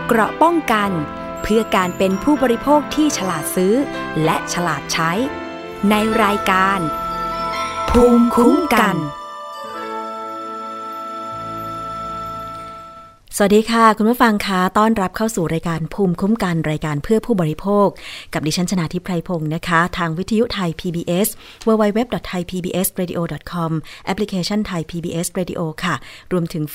เกราะป้องกันเพื่อการเป็นผู้บริโภคที่ฉลาดซื้อและฉลาดใช้ในรายการภูมิคุ้มกันสวัสดีค่ะคุณผู้ฟังคะต้อนรับเข้าสู่รายการภูมิคุ้มกันรายการเพื่อผู้บริโภคกับดิฉันชนาธิป ไพรพงศ์นะคะทางวิทยุไทย PBS www.thaipbsradio.com แอปพลิเคชัน Thai PBS Radio ค่ะรวมถึง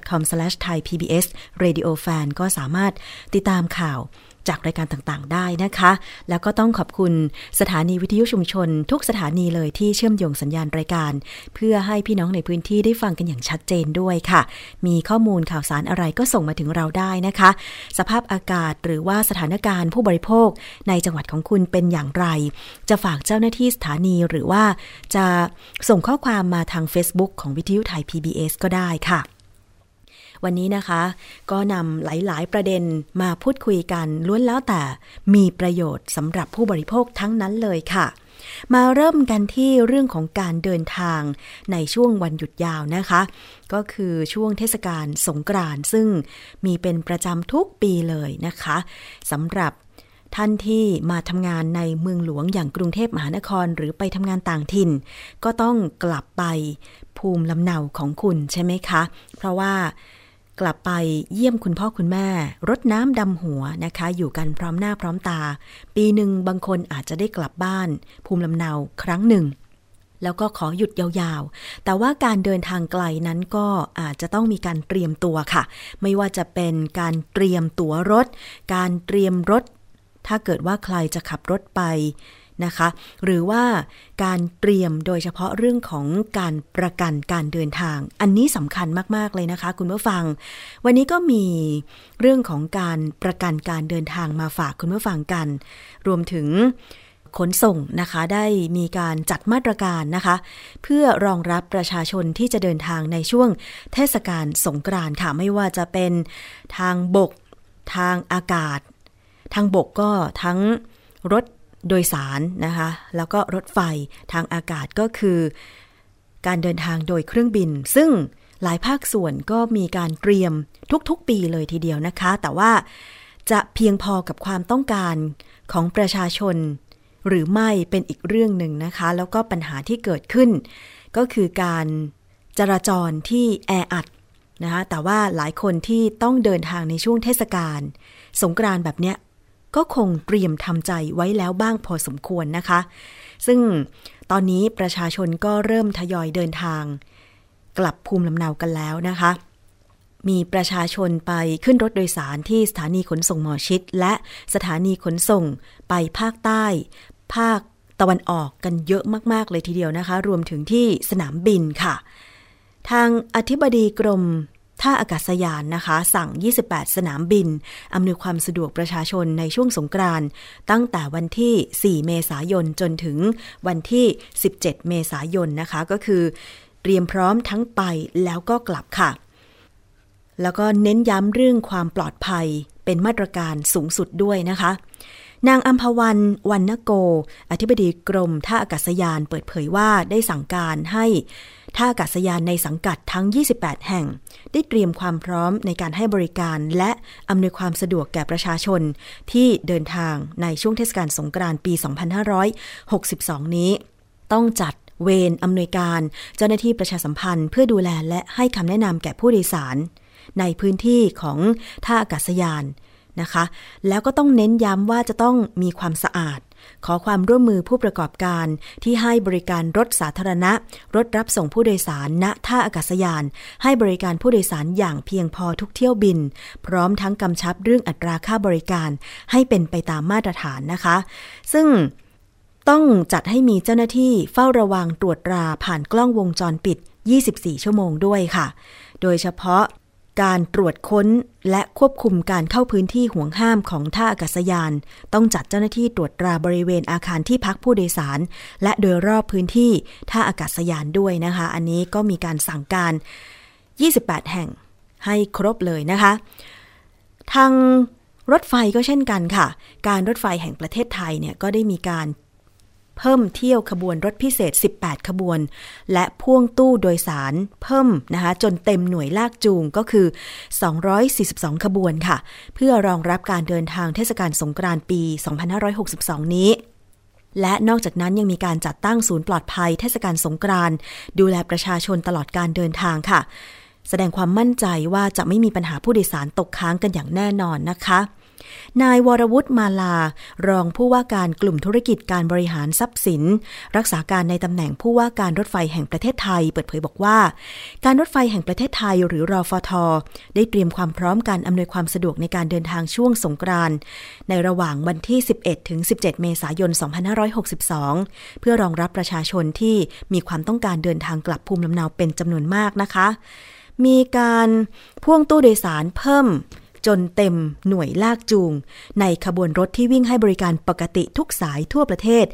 facebook.com/thaipbsradiofan ก็สามารถติดตามข่าวจากรายการต่างๆได้นะคะแล้วก็ต้องขอบคุณสถานีวิทยุชุมชนทุกสถานีเลยที่เชื่อมโยงสัญญาณรายการเพื่อให้พี่น้องในพื้นที่ได้ฟังกันอย่างชัดเจนด้วยค่ะมีข้อมูลข่าวสารอะไรก็ส่งมาถึงเราได้นะคะสภาพอากาศหรือว่าสถานการณ์ผู้บริโภคในจังหวัดของคุณเป็นอย่างไรจะฝากเจ้าหน้าที่สถานีหรือว่าจะส่งข้อความมาทาง Facebook ของวิทยุไทย PBS ก็ได้ค่ะวันนี้นะคะก็นำหลายๆประเด็นมาพูดคุยกันล้วนแล้วแต่มีประโยชน์สำหรับผู้บริโภคทั้งนั้นเลยค่ะมาเริ่มกันที่เรื่องของการเดินทางในช่วงวันหยุดยาวนะคะก็คือช่วงเทศกาลสงกรานต์ซึ่งมีเป็นประจำทุกปีเลยนะคะสำหรับท่านที่มาทำงานในเมืองหลวงอย่างกรุงเทพมหานครหรือไปทำงานต่างถิ่นก็ต้องกลับไปภูมิลำเนาของคุณใช่ไหมคะเพราะว่ากลับไปเยี่ยมคุณพ่อคุณแม่รดน้ำดำหัวนะคะอยู่กันพร้อมหน้าพร้อมตาปีหนึ่งบางคนอาจจะได้กลับบ้านภูมิลำเนาครั้งหนึ่งแล้วก็ขอหยุดยาวๆแต่ว่าการเดินทางไกลนั้นก็อาจจะต้องมีการเตรียมตัวค่ะไม่ว่าจะเป็นการเตรียมตั๋วรถการเตรียมรถถ้าเกิดว่าใครจะขับรถไปนะคะหรือว่าการเตรียมโดยเฉพาะเรื่องของการประกันการเดินทางอันนี้สำคัญมากๆเลยนะคะคุณผู้ฟังวันนี้ก็มีเรื่องของการประกันการเดินทางมาฝากคุณผู้ฟังกันรวมถึงขนส่งนะคะได้มีการจัดมาตรการนะคะเพื่อรองรับประชาชนที่จะเดินทางในช่วงเทศกาลสงกรานต์ค่ะไม่ว่าจะเป็นทางบกทางอากาศทางบกก็ทั้งรถโดยสารนะคะแล้วก็รถไฟทางอากาศก็คือการเดินทางโดยเครื่องบินซึ่งหลายภาคส่วนก็มีการเตรียมทุกๆปีเลยทีเดียวนะคะแต่ว่าจะเพียงพอกับความต้องการของประชาชนหรือไม่เป็นอีกเรื่องหนึ่งนะคะแล้วก็ปัญหาที่เกิดขึ้นก็คือการจราจรที่แออัดนะคะแต่ว่าหลายคนที่ต้องเดินทางในช่วงเทศกาลสงกรานต์แบบเนี้ยก็คงเตรียมทำใจไว้แล้วบ้างพอสมควรนะคะซึ่งตอนนี้ประชาชนก็เริ่มทยอยเดินทางกลับภูมิลำเนากันแล้วนะคะมีประชาชนไปขึ้นรถโดยสารที่สถานีขนส่งหมอชิตและสถานีขนส่งไปภาคใต้ภาคตะวันออกกันเยอะมากๆเลยทีเดียวนะคะรวมถึงที่สนามบินค่ะทางอธิบดีกรมท่าอากาศยานนะคะสั่ง28สนามบินอำนวยความสะดวกประชาชนในช่วงสงกรานต์ตั้งแต่วันที่4เมษายนจนถึงวันที่17เมษายนนะคะก็คือเตรียมพร้อมทั้งไปแล้วก็กลับค่ะแล้วก็เน้นย้ำเรื่องความปลอดภัยเป็นมาตรการสูงสุดด้วยนะคะนางอัมพวันวรรณโกอธิบดีกรมท่าอากาศยานเปิดเผยว่าได้สั่งการให้ท่าอากาศยานในสังกัดทั้ง28แห่งได้เตรียมความพร้อมในการให้บริการและอำนวยความสะดวกแก่ประชาชนที่เดินทางในช่วงเทศกาลสงกรานต์ปี2562นี้ต้องจัดเวรอำนวยการเจ้าหน้าที่ประชาสัมพันธ์เพื่อดูแลและให้คำแนะนำแก่ผู้โดยสารในพื้นที่ของท่าอากาศยานนะคะแล้วก็ต้องเน้นย้ำว่าจะต้องมีความสะอาดขอความร่วมมือผู้ประกอบการที่ให้บริการรถสาธารณะรถรับส่งผู้โดยสารณท่าอากาศยานให้บริการผู้โดยสารอย่างเพียงพอทุกเที่ยวบินพร้อมทั้งกำชับเรื่องอัตราค่าบริการให้เป็นไปตามมาตรฐานนะคะซึ่งต้องจัดให้มีเจ้าหน้าที่เฝ้าระวังตรวจตราผ่านกล้องวงจรปิด24ชั่วโมงด้วยค่ะโดยเฉพาะการตรวจค้นและควบคุมการเข้าพื้นที่ห่วงห้ามของท่าอากาศยานต้องจัดเจ้าหน้าที่ตรวจตราบริเวณอาคารที่พักผู้โดยสารและโดยรอบพื้นที่ท่าอากาศยานด้วยนะคะอันนี้ก็มีการสั่งการ28แห่งให้ครบเลยนะคะทางรถไฟก็เช่นกันค่ะการรถไฟแห่งประเทศไทยเนี่ยก็ได้มีการเพิ่มเที่ยวขบวนรถพิเศษ18ขบวนและพ่วงตู้โดยสารเพิ่มนะคะจนเต็มหน่วยลากจูงก็คือ242ขบวนค่ะเพื่อรองรับการเดินทางเทศกาลสงกรานต์ปี2562นี้และนอกจากนั้นยังมีการจัดตั้งศูนย์ปลอดภัยเทศกาลสงกรานต์ดูแลประชาชนตลอดการเดินทางค่ะแสดงความมั่นใจว่าจะไม่มีปัญหาผู้โดยสารตกค้างกันอย่างแน่นอนนะคะนายวรวุฒิมาลารองผู้ว่าการกลุ่มธุรกิจการบริหารทรัพย์สินรักษาการในตำแหน่งผู้ว่าการรถไฟแห่งประเทศไทยเปิดเผยบอกว่าการรถไฟแห่งประเทศไทยหรือรฟท.ได้เตรียมความพร้อมการอำนวยความสะดวกในการเดินทางช่วงสงกรานต์ในระหว่างวันที่11ถึง17เมษายน2562เพื่อรองรับประชาชนที่มีความต้องการเดินทางกลับภูมิลำเนาเป็นจำนวนมากนะคะมีการพ่วงตู้โดยสารเพิ่มจนเต็มหน่วยลากจูงในขบวนรถที่วิ่งให้บริการปกติทุกสายทั่วประเทศ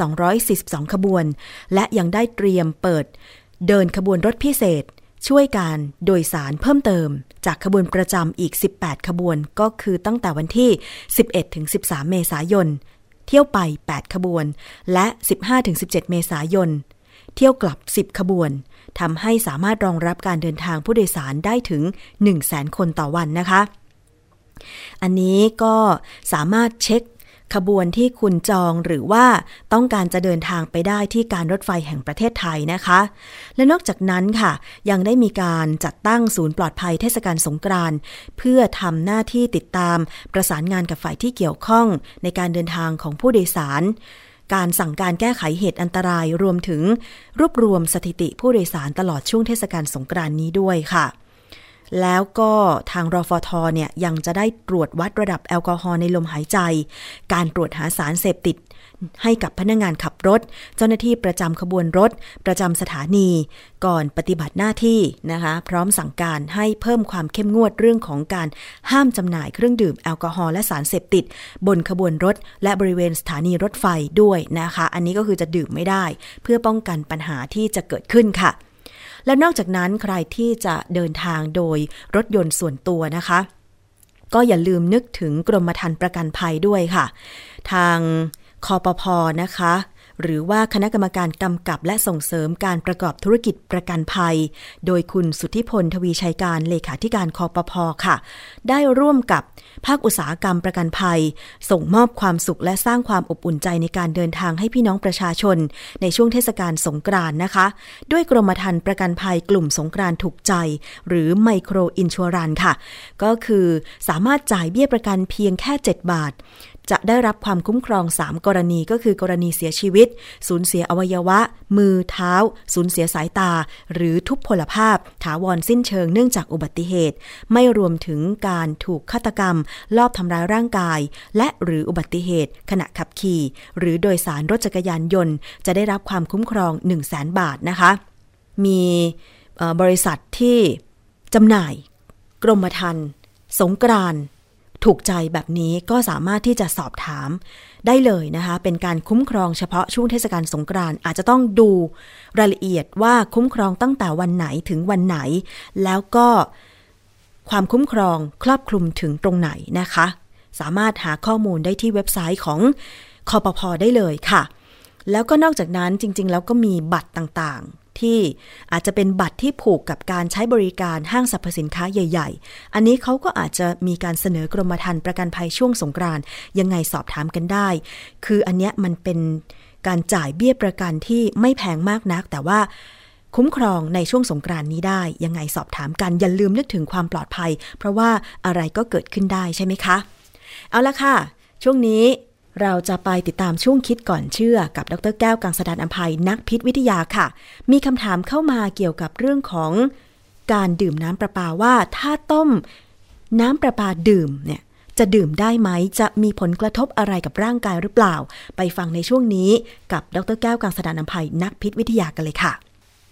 242ขบวนและยังได้เตรียมเปิดเดินขบวนรถพิเศษช่วยการโดยสารเพิ่มเติมจากขบวนประจำอีก18ขบวนก็คือตั้งแต่วันที่11ถึง13เมษายนเที่ยวไป8ขบวนและ15ถึง17เมษายนเที่ยวกลับ10ขบวนทำให้สามารถรองรับการเดินทางผู้โดยสารได้ถึง 100,000 คนต่อวันนะคะอันนี้ก็สามารถเช็คขบวนที่คุณจองหรือว่าต้องการจะเดินทางไปได้ที่การรถไฟแห่งประเทศไทยนะคะและนอกจากนั้นค่ะยังได้มีการจัดตั้งศูนย์ปลอดภัยเทศกาลสงกรานต์เพื่อทำหน้าที่ติดตามประสานงานกับฝ่ายที่เกี่ยวข้องในการเดินทางของผู้โดยสารการสั่งการแก้ไขเหตุอันตรายรวมถึงรวบรวมสถิติผู้โดยสารตลอดช่วงเทศกาลสงกรานต์นี้ด้วยค่ะแล้วก็ทางรฟท.เนี่ยยังจะได้ตรวจวัดระดับแอลกอฮอล์ในลมหายใจการตรวจหาสารเสพติดให้กับพนักงานขับรถเจ้าหน้าที่ประจำขบวนรถประจำสถานีก่อนปฏิบัติหน้าที่นะคะพร้อมสั่งการให้เพิ่มความเข้มงวดเรื่องของการห้ามจำหน่ายเครื่องดื่มแอลกอฮอล์และสารเสพติดบนขบวนรถและบริเวณสถานีรถไฟด้วยนะคะอันนี้ก็คือจะดื่มไม่ได้เพื่อป้องกันปัญหาที่จะเกิดขึ้นค่ะและนอกจากนั้นใครที่จะเดินทางโดยรถยนต์ส่วนตัวนะคะก็อย่าลืมนึกถึงกรมธรรม์ประกันภัยด้วยค่ะทางคปภ.นะคะหรือว่าคณะกรรมการกำกับและส่งเสริมการประกอบธุรกิจประกันภัยโดยคุณสุทธิพลทวีชัยการเลขาธิการคปภ.ค่ะได้ร่วมกับภาคอุตสาหกรรมประกันภัยส่งมอบความสุขและสร้างความอบอุ่นใจในการเดินทางให้พี่น้องประชาชนในช่วงเทศกาลสงกรานต์นะคะด้วยกรมธรรม์ประกันภัยกลุ่มสงกรานต์ถูกใจหรือไมโครอินชัวรันค่ะก็คือสามารถจ่ายเบี้ยประกันเพียงแค่7 บาทจะได้รับความคุ้มครอง3กรณีก็คือกรณีเสียชีวิตสูญเสียอวัยวะมือเท้าสูญเสียสายตาหรือทุพพลภาพถาวรสิ้นเชิงเนื่องจากอุบัติเหตุไม่รวมถึงการถูกฆาตกรรมลอบทำร้ายร่างกายและหรืออุบัติเหตุขณะขับขี่หรือโดยสารรถจักรยานยนต์จะได้รับความคุ้มครอง 100,000 บาทนะคะมีบริษัทที่จำหน่ายกรมธรรม์สงกรานต์ถูกใจแบบนี้ก็สามารถที่จะสอบถามได้เลยนะคะเป็นการคุ้มครองเฉพาะช่วงเทศกาลสงกรานต์อาจจะต้องดูรายละเอียดว่าคุ้มครองตั้งแต่วันไหนถึงวันไหนแล้วก็ความคุ้มครองครอบคลุมถึงตรงไหนนะคะสามารถหาข้อมูลได้ที่เว็บไซต์ของคปภ.ได้เลยค่ะแล้วก็นอกจากนั้นจริงๆแล้วก็มีบัตรต่างๆที่อาจจะเป็นบัตรที่ผูกกับการใช้บริการห้างสรรพสินค้าใหญ่ๆอันนี้เขาก็อาจจะมีการเสนอกรมธรรม์ประกันภัยช่วงสงกรานต์ยังไงสอบถามกันได้คืออันเนี้ยมันเป็นการจ่ายเบี้ยประกันที่ไม่แพงมากนักแต่ว่าคุ้มครองในช่วงสงกรานต์นี้ได้ยังไงสอบถามกันอย่าลืมนึกถึงความปลอดภัยเพราะว่าอะไรก็เกิดขึ้นได้ใช่ไหมคะเอาละค่ะช่วงนี้เราจะไปติดตามช่วงคิดก่อนเชื่อกับดร.แก้วกังสดาลอำไพนักพิษวิทยาค่ะมีคำถามเข้ามาเกี่ยวกับเรื่องของการดื่มน้ำประปาว่าถ้าต้มน้ำประปาดื่มเนี่ยจะดื่มได้ไหมจะมีผลกระทบอะไรกับร่างกายหรือเปล่าไปฟังในช่วงนี้กับดร.แก้วกังสดาลอำไพนักพิษวิทยากันเลยค่ะ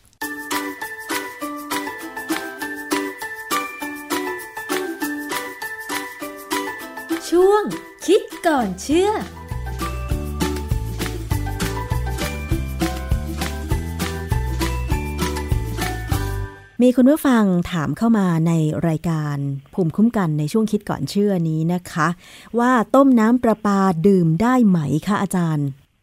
ช่วงคิดก่อนเชื่อมีคุณผู้ฟังถามเข้ามาในรายการภูมิคุ้มกันในช่วงคิดก่อนเชื่อนี้นะคะว่าต้มน้ำประปาดื่มได้ไหมคะอาจารย์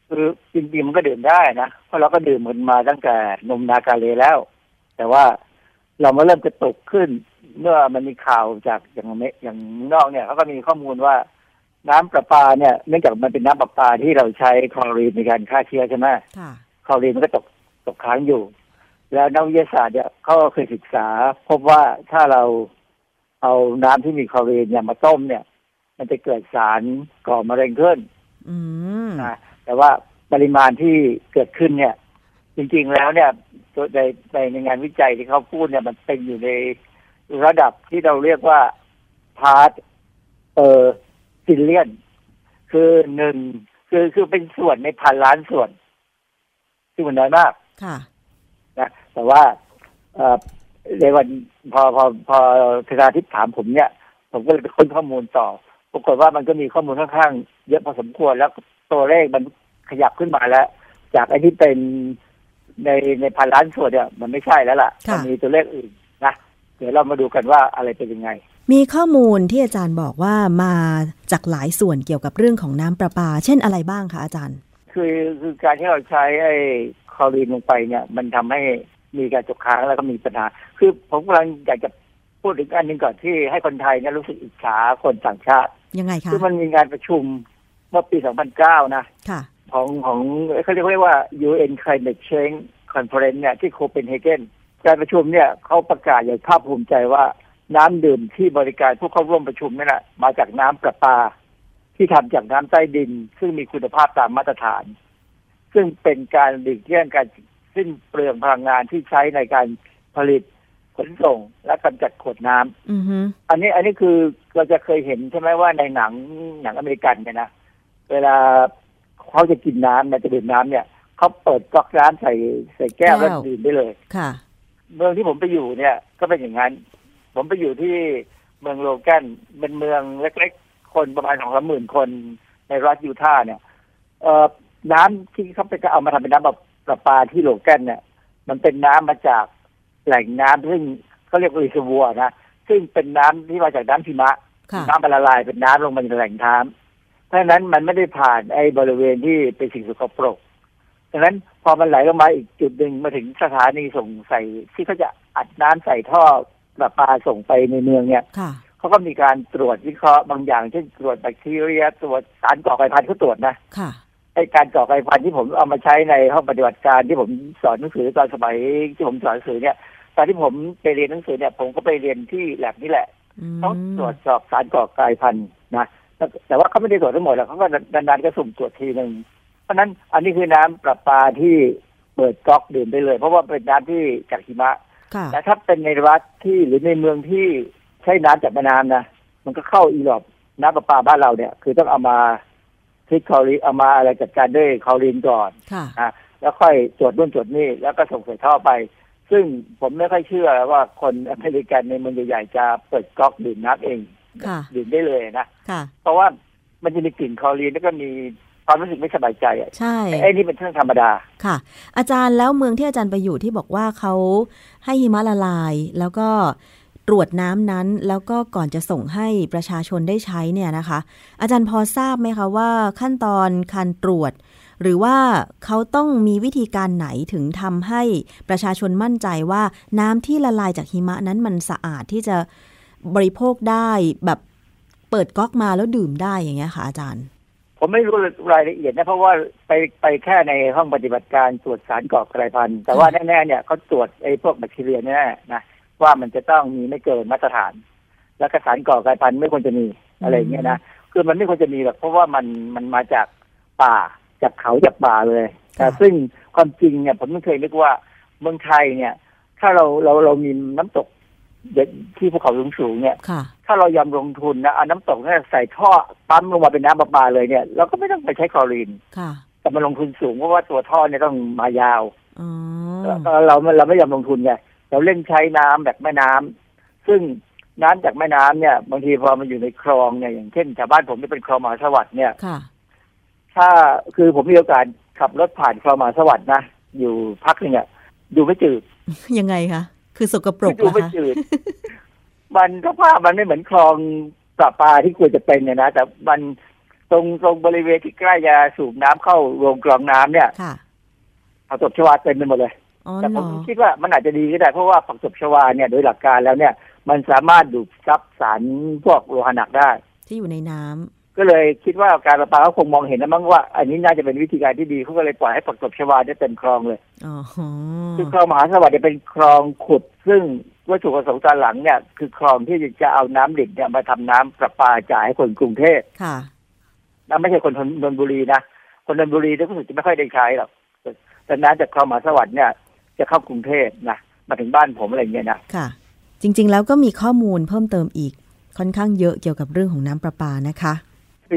คือจริงๆมันก็ดื่มได้นะเพราะเราก็ดื่มมันมาตั้งแต่นมนากาเลแล้วแต่ว่าเรามาเริ่มกระตุกขึ้นเมื่อมันมีข่าวจากอย่างนอกเนี่ยเขาก็มีข้อมูลว่าน้ำประปาเนี่ยเนื่องจากมันเป็นน้ำประปาที่เราใช้คลอรีนในการฆ่าเชื้อใช่ไหมคลอรีนมันก็ตกค้างอยู่แล้วนักวิทยาศาสตร์เนี่ยเขาเคยศึกษาพบว่าถ้าเราเอาน้ำที่มีคลอรีนเนี่ยมาต้มเนี่ยมันจะเกิดสารก่อมะเร็งขึ้นนะแต่ว่าปริมาณที่เกิดขึ้นเนี่ยจริงๆแล้วเนี่ยในงานวิจัยที่เขาพูดเนี่ยมันเป็นอยู่ในระดับที่เราเรียกว่าพาร์ทซิลเลียนคือหนึ่งคือเป็นส่วนในพันล้านส่วนซึ่งมันน้อยมากนะแต่ว่าในวันพอธนาทิพย์ถามผมเนี่ยผมก็เลยไปค้นข้อมูลต่อปรากฏว่ามันก็มีข้อมูลค่อนข้างเยอะพอสมควรแล้วตัวเลขมันขยับขึ้นมาแล้วจากไอ้ที่เป็นในพันล้านส่วนเนี่ยมันไม่ใช่แล้วล่ะมันมีตัวเลขอื่นนะเดี๋ยวเรามาดูกันว่าอะไรเป็นยังไงมีข้อมูลที่อาจารย์บอกว่ามาจากหลายส่วนเกี่ยวกับเรื่องของน้ำประปาเช่นอะไรบ้างคะอาจารย์คือการที่เราใช้ไอ้คลอรีนลงไปเนี่ยมันทำให้มีการตกค้างแล้วก็มีปัญหาคือผมกำลังอยากจะพูดถึงอันนึงก่อนที่ให้คนไทยเนี่ยรู้สึกอิจฉาคนต่างชาติยังไงคะคือมันมีงานประชุมเมื่อปี 2009 นะของเขาเรียกว่า UN Climate Change Conference เนี่ยที่โคเปนเฮเกนการประชุมเนี่ยเขาประกาศอย่างภาคภูมิใจว่าน้ำดื่มที่บริการผู้เข้าร่วมประชุมนั่นแหละมาจากน้ำประปาที่ทำจากน้ำใต้ดินซึ่งมีคุณภาพตามมาตรฐานซึ่งเป็นการหลีกเลี่ยงการสิ้นเปลืองพลังงานที่ใช้ในการผลิตขนส่งและกำจัดขวดน้ำอันนี้คือเราจะเคยเห็นใช่ไหมว่าในหนังอเมริกันเนี่ยนะเวลาเขาจะกินน้ำจะดื่มน้ำเนี่ยเขาเปิดก๊อกน้ำใส่แก้วแล้วดื่มได้เลยค่ะเมืองที่ผมไปอยู่เนี่ยก็เป็นอย่างนั้นผมไปอยู่ที่เมืองโลแกนเป็นเมืองเล็กๆคนประมาณ 2-30,000 คนในรัฐยูทาห์เนี่ยน้ำที่เขาไปเอามาทำเป็นน้ำประปาที่โลแกนเนี่ยมันเป็นน้ำมาจากแหล่งน้ำซึ่งเขาเรียกว่ารีเซอร์วัวนะซึ่งเป็นน้ำที่มาจากน้ำหิมะน้ำมันละลายเป็นน้ำลงมาในแหล่งน้ำเพราะฉะนั้นมันไม่ได้ผ่านไอ้บริเวณที่เป็นสิ่งสกปรกดังนั้นพอมันไหลลงมาอีกจุดหนึ่งมาถึงสถานีส่งใส่ที่เขาจะอัดน้ำใส่ท่อประปาส่งไปในเมืองเนี่ยเขาก็มีการตรวจวิเคราะห์บางอย่างเช่นตรวจแบคทีเรียตรวจสารก่อไฟพันธุ์เขาตรวจนะไอ้การก่อไฟพันธุ์ที่ผมเอามาใช้ในห้องปฏิบัติการที่ผมสอนหนังสือตอนสมัยที่ผมสอนหนังสือเนี่ยตอนที่ผมไปเรียนหนังสือเนี่ยผมก็ไปเรียนที่แลบนี่แหละเขาตรวจสอบสารก่อไฟพันธุ์นะแต่ว่าเขาไม่ได้ตรวจทั้งหมดหรอกเขาก็นานๆก็สุ่มตรวจทีนึงเพราะนั้นอันนี้คือน้ำประปาที่เปิดก๊อกดื่มได้เลยเพราะว่าเป็นน้ำที่จากหิมะแต่ถ้าเป็นในรัฐที่หรือในเมืองที่ใช้น้ำจากแม่น้ำนะมันก็เข้าอีหลอบน้ำประปาบ้านเราเนี่ยคือต้องเอามาทรีทคลอรีนเอามาอะไรจัดการด้วยคลอรีนก่อนแล้วค่อยตรวจนู่นตรวจนี่แล้วก็ส่งใส่ท่อไปซึ่งผมไม่ค่อยเชื่อว่าคนอเมริกันในเมืองใหญ่ๆจะเปิดก๊อกดื่มน้ำเองดื่มได้เลยนะเพราะว่ามันจะมีกลิ่นคลอรีนแล้วก็มีความรู้สึกไม่สบายใจอ่ะใช่ไอ้นี่เป็นเรื่องธรรมดาค่ะอาจารย์แล้วเมืองที่อาจารย์ไปอยู่ที่บอกว่าเขาให้หิมะละลายแล้วก็ตรวจน้ำนั้นแล้วก็ก่อนจะส่งให้ประชาชนได้ใช้เนี่ยนะคะอาจารย์พอทราบไหมคะว่าขั้นตอนการตรวจหรือว่าเขาต้องมีวิธีการไหนถึงทำให้ประชาชนมั่นใจว่าน้ำที่ละลายจากหิมะนั้นมันสะอาดที่จะบริโภคได้แบบเปิดก๊อกมาแล้วดื่มได้อย่างเงี้ยค่ะอาจารย์ผมไม่รู้รายละเอียดนะเพราะว่าไปแค่ในห้องปฏิบัติการตรวจสารก่อกลายพันธุ์แต่ว่าแน่ๆเนี่ยเขาตรวจไอ้พวกแบคทีเรียแน่นะว่ามันจะต้องมีไม่เกินมาตรฐานแล้วก็สารก่อกลายพันธุ์ไม่ควรจะมีอะไรอย่างเงี้ยนะคือมันไม่ควรจะมีหรอกเพราะว่ามันมาจากป่าจากเขาจากป่าเลยแต่ซึ่งความจริงเนี่ยผมไม่เคยนึกว่าเมืองไทยเนี่ยถ้าเรามีน้ำตกที่ภูเขาสูงๆเนี่ยถ้าเรายอมลงทุนนะเอาน้ำตกเนี่ยใส่ท่อปั๊มลงมาเป็นน้ำประปาเลยเนี่ยเราก็ไม่ต้องไปใช้คลอรีนแต่มันลงทุนสูงเพราะว่าตัวท่อเนี่ยต้องมายาวเราไม่ยอมลงทุนไงเราเล่นใช้น้ำแบบแม่น้ำซึ่งน้ำจากแม่น้ำเนี่ยบางทีพอมันอยู่ในคลองเนี่ยอย่างเช่นชาวบ้านผมที่เป็นคลองมหาสวัสดิ์เนี่ยถ้าคือผมมีโอกาสขับรถผ่านคลองมหาสวัสดิ์นะอยู่พักนึงอ่ะดูไม่จืดยังไงคะคือสกปรกดูไม่จืดมันสภาพมันไม่เหมือนคลองประปาที่ควรจะเป็นเนี่ยนะแต่มันตรงบริเวณที่ใกล้จะสูบน้ำเข้าโรงกรองน้ำเนี่ยผักตบชวาเต็มไปหมดเลยแต่ผมคิดว่ามันอาจจะดีก็ได้เพราะว่าผักตบชวาเนี่ยโดยหลักการแล้วเนี่ยมันสามารถดูดซับสารพวกโลหะหนักได้ที่อยู่ในน้ำก็เลยคิดว่าการประปาเขาคงมองเห็นแล้วมั้งว่าอันนี้น่าจะเป็นวิธีการที่ดีเขาก็เลยปล่อยให้ผักตบชวาได้เต็มคลองเลยคือคลองมหาสวัสดิ์เป็นคลองขุดซึ่งวัตถุประสงค์ตอนหลังเนี่ยคือคลองที่จะเอาน้ำดิบเนี่ยมาทำน้ำประปาจ่ายให้คนกรุงเทพค่ะนั่นไม่ใช่คนนนทบุรีนะคนนนทบุรีรู้สึกจะไม่ค่อยได้ใช้หรอกแต่น้ำจากคลองมหาสวัสดิ์เนี่ยจะเข้ากรุงเทพนะมาถึงบ้านผมอะไรเงี้ยนะค่ะจริงๆแล้วก็มีข้อมูลเพิ่มเติมอีกค่อนข้างเยอะเกี่ยวกับเรื่องของน้ำประปานะคะปี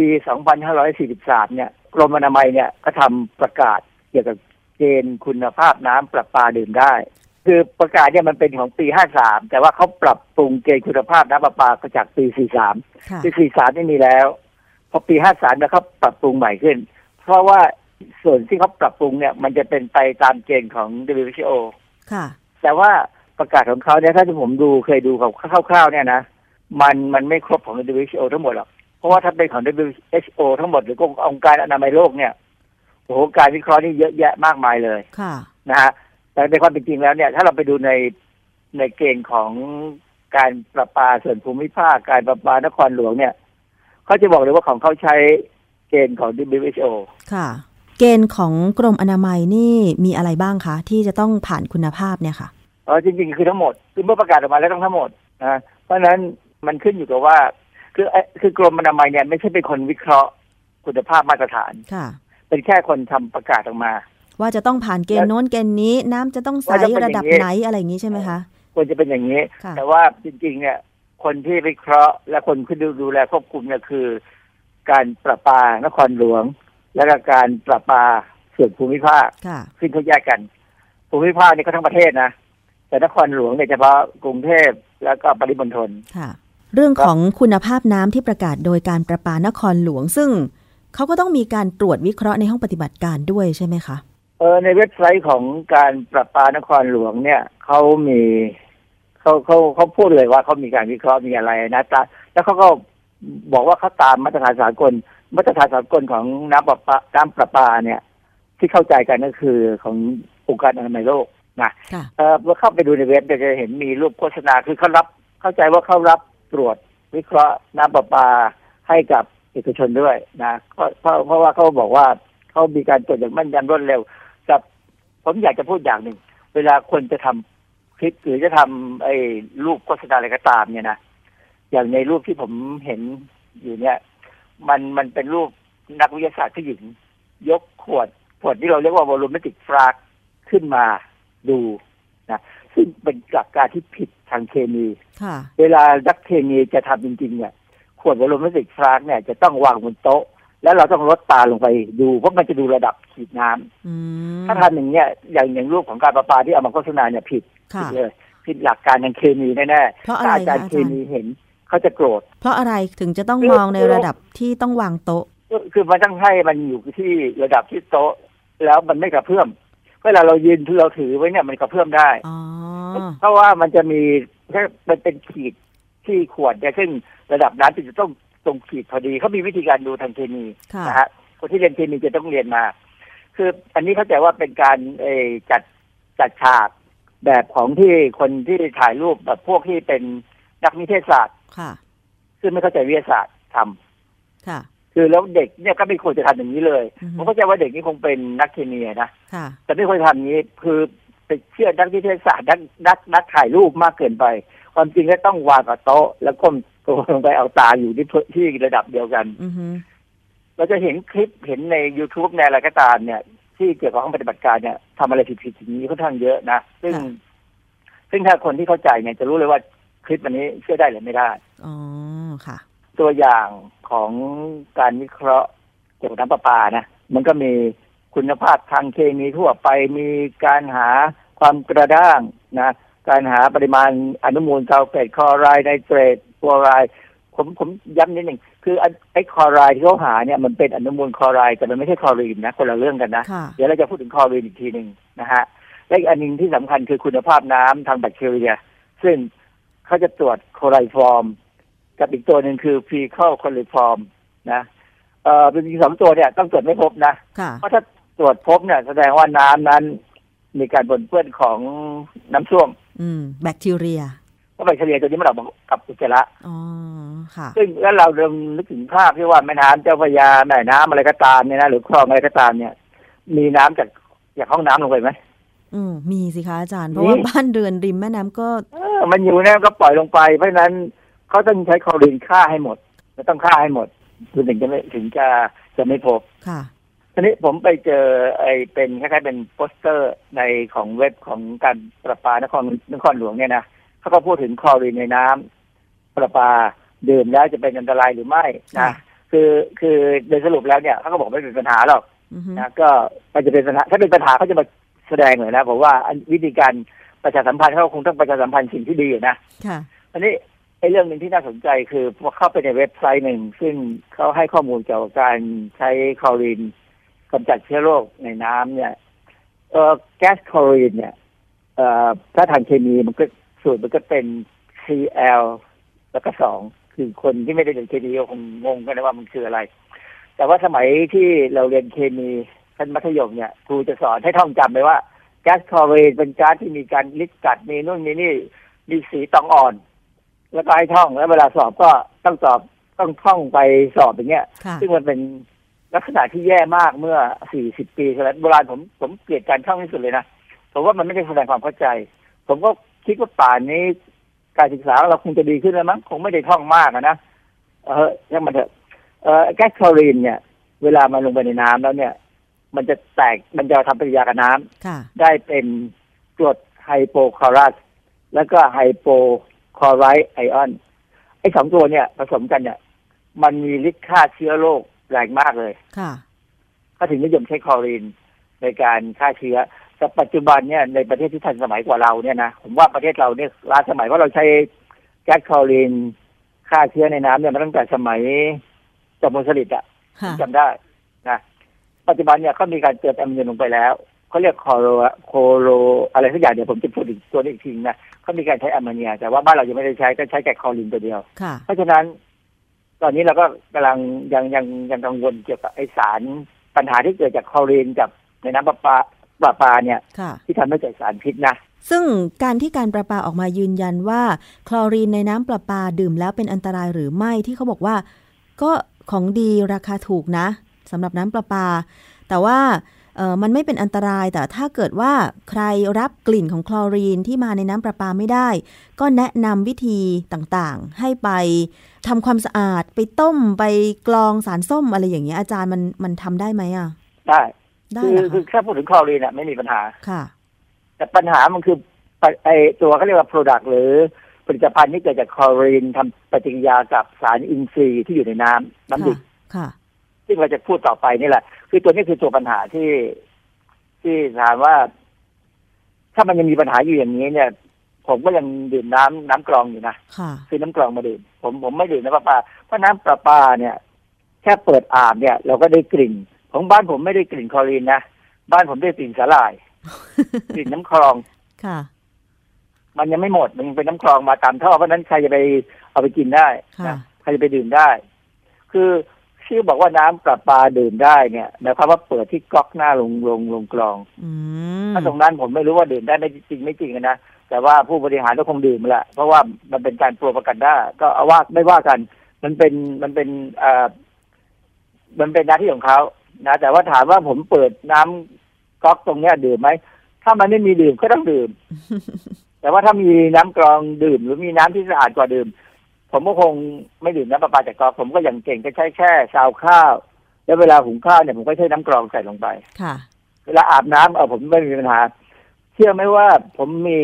2543 เนี่ยกรมอนามัยเนี่ยก็ทำประกาศเกี่ยวกับเกณฑ์คุณภาพน้ำประปาดื่มได้คือประกาศเนี่ยมันเป็นของปี 53 แต่ว่าเขาปรับปรุงเกณฑ์คุณภาพน้ำประปาจากปี 43 ปี 43 ไม่มีแล้วพอปี 53 เนี่ยเขาปรับปรุงใหม่ขึ้นเพราะว่าส่วนที่เขาปรับปรุงเนี่ยมันจะเป็นไปตามเกณฑ์ของ WHO ค่ะแต่ว่าประกาศของเขาเนี่ยถ้าที่ผมเคยดูคร่าวๆเนี่ยนะมันไม่ครบของ WHO ทั้งหมดหรอกเพราะว่าถ้าเป็นของ WHO ทั้งหมดหรือองค์การอนามัยโลกเนี่ยโอ้โหการวิเคราะห์นี่เยอะแยะมากมายเลยนะฮะแต่ในความเป็นจริงแล้วเนี่ยถ้าเราไปดูในเกณฑ์ของการประปาส่วนภูมิภาคการประปานครหลวงเนี่ยเขาจะบอกเลยว่าของเขาใช้เกณฑ์ของ WHO ค่ะเกณฑ์ของกรมอนามัยนี่มีอะไรบ้างคะที่จะต้องผ่านคุณภาพเนี่ยค่ะจริงๆคือทั้งหมดคือเมื่อประกาศออกมาแล้วต้องทั้งหมดนะเพราะฉะนั้นมันขึ้นอยู่กับว่าคือกรมอนามัยเนี่ยไม่ใช่เป็นคนวิเคราะห์คุณภาพมาตรฐานค่ะเป็นแค่คนทำประกาศออกมาว่าจะต้องผ่านเกณฑ์โน้นเกณฑ์นี้น้ำจะต้องใสระดับไหนอะไรอย่างนี้ใช่ไหมคะควรจะเป็นอย่างนี้แต่ว่าจริงๆเนี่ยคนที่วิเคราะห์และคนที่ดูแลควบคุมเนี่ยคือการประปานครหลวงและการประปาส่วนภูมิภาคซึ่งเขาแยกกันภูมิภาคนี่ก็ทั้งประเทศนะแต่นครหลวงเนี่ยเฉพาะกรุงเทพแล้วก็ปริมณฑลค่ะเรื่องของคุณภาพน้ำที่ประกาศโดยการประปานครหลวงซึ่งเขาก็ต้องมีการตรวจวิเคราะห์ในห้องปฏิบัติการด้วยใช่ไหมคะในเว็บไซต์ของการประปานครหลวงเนี่ยเขาพูดเลยว่าเขามีการวิเคราะห์มีอะไรนะแล้วเขาก็บอกว่าเขาตามมาตรฐานสากลของน้ำประปาเนี่ยที่เข้าใจกันก็คือขององค์การอนามัยโลกนะเมื่อเข้าไปดูในเว็บจะเห็นมีรูปโฆษณาคือเข้าใจว่าเขารับตรวจวิเคราะห์น้ำประปาให้กับเอกชนด้วยนะเพราะว่าเขาบอกว่าเขามีการตรวจอย่างมั่นยำรวดเร็วกับผมอยากจะพูดอย่างหนึ่งเวลาคนจะทำคลิปหรือจะทำรูปโฆษณาอะไรก็ตามเนี่ยนะอย่างในรูปที่ผมเห็นอยู่เนี่ยมันเป็นรูปนักวิทยาศาสตร์ผู้หญิงยกขวดที่เราเรียกว่าวอลลุ่มเมตริกฟลากขึ้นมาดูนะซึ่งเป็นหลักการที่ผิดทางเคมีเวลานักเคมีจะทำจริงๆเนี่ยขวดวอลลุ่มเมตริกฟลากเนี่ยจะต้องวางบนโต๊ะแล้วเราต้องลดตาลงไปดูเพราะมันจะดูระดับขีดน้ำถ้าทำอย่างเนี้ยอย่างรูปของการประปาที่เอามาโฆษณาเนี่ยผิดเลยผิดหลักการทางเคมีแน่ๆถ้าอาจารย์เคมีเห็นเขาจะโกรธเพราะอะไรถึงจะต้องมองในระดับที่ต้องวางโต๊ะคือมันต้องให้มันอยู่ที่ระดับที่โต๊ะแล้วมันไม่กระเพื่อมเวลาเรายืนที่เราถือไว้เนี่ยมันกระเพื่อมได้เพราะว่ามันจะมีแค่มันเป็นขีดที่ขวดเนี่ยซึ่งระดับน้ำจะต้องตรงขีดพอดีเขามีวิธีการดูทางเคมีนะฮะคนที่เรียนเคมีจะต้องเรียนมาคืออันนี้เข้าใจว่าเป็นการจัดฉากแบบของที่คนที่ถ่ายรูปแบบพวกที่เป็นนักนิเทศศาสตร์ซึ่งไม่เข้าใจวิทยาศาสตร์ทำคือแล้วเด็กเนี่ยก็ไม่ควรจะทำอย่างนี้เลยผมเข้าใจว่าเด็กนี่คงเป็นนักเคมีนะแต่ไม่ควรทำอย่างนี้คือไปเชื่อนักนิเทศศาสตร์นักถ่ายรูปมากเกินไปความจริงก็ต้องวางกับโต๊ะแล้วก้มตัวลงไปเอาตาอยู่ที่ระดับเดียวกันเราจะเห็นคลิปเห็นใน YouTube ในอะไรก็ตามเนี่ยที่เกี่ยวกับห้องปฏิบัติการเนี่ยทำอะไรผิดๆอย่างนี้ค่อนข้างเยอะนะซึ่งถ้าคนที่เข้าใจเนี่ยจะรู้เลยว่าคลิปอันนี้เชื่อได้หรือไม่ได้ค่ะตัวอย่างของการวิเคราะห์เกี่ยวกับน้ำประปานะมันก็มีคุณภาพทางเคมีทั่วไปมีการหาความกระด้างนะการหาปริมาณอนุมูลซัลเฟตคลอไรด์ไนเตรตฟลูออไรด์ผมย้ำนิดหนึ่งคือไอ้คลอไรด์ที่เขาหาเนี่ยมันเป็นอนุมูลคลอไรด์แต่มันไม่ใช่คลอรีนนะคนละเรื่องกันนะเดี๋ยวเราจะพูดถึงคลอรีนอีกทีหนึ่งนะฮะและอีกอันนึงที่สำคัญคือคุณภาพน้ำทางแบคทีเรียซึ่งเขาจะตรวจโคไลฟอร์มกับอีกตัวหนึ่งคือฟีคอลโคไลฟอร์มนะเป็น2ตัวเนี่ยต้องตรวจไม่พบนะเพราะถ้าตรวจพบเนี่ยแสดงว่าน้ำนั้นมีการปนเปื้อนของน้ำส้วมแบคทีเรียเพราะแบคทีเรียตัวนี้มันออกมากับอุจจาระค่ะซึ่งแล้วเรานึกถึงภาพที่ว่าแม่น้ำเจ้าพระยาแม่น้ำอะไรก็ตามเนี่ยนะหรือคลองอะไรก็ตามเนี่ยมีน้ำจากห้องน้ำลงไปไหมมีสิคะอาจารย์เพราะว่าบ้านเรือนริมแม่น้ำก็มันอยู่เนี่ยก็ปล่อยลงไปเพราะฉะนั้นเขาต้องใช้คลอรีนฆ่าให้หมดต้องฆ่าให้หมดถึงจะไม่พบค่ะทีนี้ผมไปเจอเป็นคล้ายๆเป็นโปสเตอร์ในของเว็บของการประปานครหลวงเนี่ยนะเขาก็พูดถึงคลอรีนในน้ำประปาดื่มแล้วจะเป็นอันตรายหรือไม่นะคือโดยสรุปแล้วเนี่ยเขาก็บอกไม่เป็นปัญหาหรอกนะก็มันจะเป็นปัญหาถ้าเป็นปัญหาเขาจะมาแสดงเลยนะผมว่าวิธีการประชาสัมพันธ์เขาคงต้องประชาสัมพันธ์สิ่งที่ดีอยู่นะอันนี้เรื่องหนึ่งที่น่าสนใจคือพอเข้าไปในเว็บไซต์หนึ่งซึ่งเขาให้ข้อมูลเกี่ยวกับการใช้คลอรีนกำจัดเชื้อโรคในน้ำเนี่ยแก๊สคลอรีนเนี่ยถ้าทางเคมีมันก็สูตรมันก็เป็น Cl แล้วก็2คือคนที่ไม่ได้เรียนเคมีก็คงงงกันนะว่ามันคืออะไรแต่ว่าสมัยที่เราเรียนเคมีชั้นมัธยมเนี่ยครูจะสอนให้ท่องจำไปว่าแก๊สคลอรีนเป็นก๊าซที่มีการลิดกัดมีนู่นมีนี่มีสีตองอ่อนแล้วก็ให้ท่องแล้วเวลาสอบก็ต้องท่องไปสอบอย่างเงี้ยซึ่งมันเป็นลักษณะที่แย่มากเมื่อ40 ปีแล้วโบราณผมเกลียดการท่องที่สุดเลยนะผมว่ามันไม่ได้แสดงความเข้าใจผมก็คิดว่าป่านนี้การศึกษาเราคงจะดีขึ้นแล้วมั้งคงไม่ได้ท่องมากนะยังมันเถอะแก๊สคลอรีนเนี่ยเวลามันลงไปในน้ำแล้วเนี่ยมันจะแตกมันจะทำปฏิกิริยากับน้ำได้เป็นกรดไฮโปคลอรัสแล้วก็ไฮโปคลอไรด์ไอออนไอ้2ตัวเนี่ยผสมกันเนี่ยมันมีฤทธิ์ฆ่าเชื้อโรคแรงมากเลยเขาถึงนิยมใช้คลอรีนในการฆ่าเชื้อแต่ปัจจุบันเนี่ยในประเทศที่ทันสมัยกว่าเราเนี่ยนะผมว่าประเทศเราเนี่ยล้าสมัยเพราะเราใช้แก๊สคลอรีนฆ่าเชื้อในน้ำเนี่ยมาตั้งแต่สมัยจอมพลสฤษดิ์จำได้นะปัจจุบันเนี่ยเขามีการเติมแอมโมเนียลงไปแล้วเขาเรียกโคโรอะไรสักอย่างเดี๋ยวผมจะพูดถึงตัวนี้อีกทีนะเขามีการใช้แอมโมเนียแต่ว่าบ้านเรายังไม่ได้ใช้ก็ใช้แค่คลอรีนตัวเดียวเพราะฉะนั้นตอนนี้เราก็กำลังยังกังวลเกี่ยวกับไอสารปัญหาที่เกิดจากคลอรีนกับในน้ำประปาเนี่ยที่ทำให้เกิดสารพิษนะซึ่งการที่การประปาออกมายืนยันว่าคลอรีนในน้ำประปาดื่มแล้วเป็นอันตรายหรือไม่ที่เขาบอกว่าก็ของดีราคาถูกนะสำหรับน้ำประปาแต่ว่ามันไม่เป็นอันตรายแต่ถ้าเกิดว่าใครรับกลิ่นของคลอรีนที่มาในน้ำประปาไม่ได้ก็แนะนำวิธีต่างๆให้ไปทำความสะอาดไปต้มไปกรองสารส้มอะไรอย่างเงี้ยอาจารย์มันทำได้ไหมอ่ะได้คือแค่พูดถึงคลอรีนไม่มีปัญหาค่ะแต่ปัญหามันคือไอตัวเขาเรียกว่า product หรือผลิตภัณฑ์ที่เกิดจากคลอรีนทำปฏิกิริยากับสารอินทรีย์ที่อยู่ในน้ำดิบซึ่งเราจะพูดต่อไปนี่แหละคือตัวนี้คือตัวปัญหาที่ถามว่าถ้ามันยังมีปัญหาอยู่อย่างนี้เนี่ยผมก็ยังดื่มน้ำกรองอยู่นะคือน้ำกรองมาดื่มผมไม่ดื่มน้ำประปาเพราะน้ำประปาเนี่ยแค่เปิดอาบเนี่ยเราก็ได้กลิ่นของบ้านผมไม่ได้กลิ่นคลอรีนนะบ้านผมได้กลิ่นสาหร่าย กลิ่นน้ำคลองค่ะมันยังไม่หมดมันยังเป็นน้ำคลองมาตามท่อเพราะนั้นใครจะไปเอาไปกินได้นะใครจะไปดื่มได้คือที่บอกว่าน้ำประปาดื่มได้เนี่ยหมายความว่าเปิดที่ก๊อกหน้าลงกรองถ้าตรงนั้นผมไม่รู้ว่าดื่มได้ไม่จริงไม่จริงนะแต่ว่าผู้บริหารก็คงดื่มแหละเพราะว่ามันเป็นการโปรปากันด้าก็เอาว่าไม่ว่ากันมันเป็นหน้าที่ของเขานะแต่ว่าถามว่าผมเปิดน้ำก๊อกตรงเนี้ยดื่มไหมถ้ามันไม่มีดื่มก็ต้องดื่ม แต่ว่าถ้ามีน้ำกรองดื่มหรือมีน้ำที่สะอาดกว่าดื่มผมก็คงไม่ดื่มน้ำประปาจากก๊อกผมก็อย่างเก่งก็ใช้แค่ซาวข้าวแล้วเวลาหุงข้าวเนี่ยผมก็ใช้น้ำกรองใส่ลงไปเวลาอาบน้ำผมไม่มีปัญหาเชื่อไหมว่าผมมี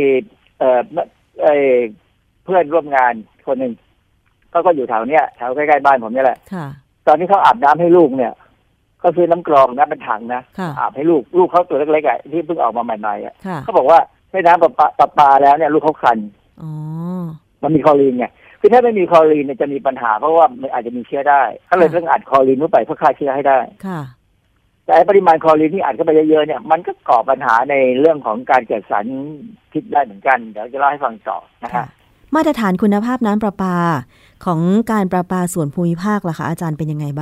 เพื่อนร่วมงานคนหนึ่งก็อยู่แถวเนี้ยแถวใกล้ๆบ้านผมนี่แหละตอนที่เขาอาบน้ำให้ลูกเนี่ยเขาซื้อน้ำกรองนะเป็นถังนะอาบให้ลูกเขาตัวเล็กๆที่เพิ่งออกมาใหม่ๆเขาบอกว่าใช้น้ำประปาแล้วเนี่ยลูกเขาคันมันมีคลอรีนไงคือถ้าไม่มีคลอรีนเนี่ยจะมีปัญหาเพราะว่ามันอาจจะมีเชื้อได้เขาเลยต้องอัดคลอรีนเข้าไปเพื่อฆ่าเชื้อให้ได้แต่ปริมาณคลอรีนที่อัดเข้าไปเยอะๆเนี่ยมันก็ก่อปัญหาในเรื่องของการเกิดสารพิษได้เหมือนกันเดี๋ยวจะเล่าให้ฟังต่อนะคะมาตรฐานคุณภาพน้ำประปาของการประปาส่วนภูมิภาคล่ะคะอาจารย์เป็นยังไงบ้าง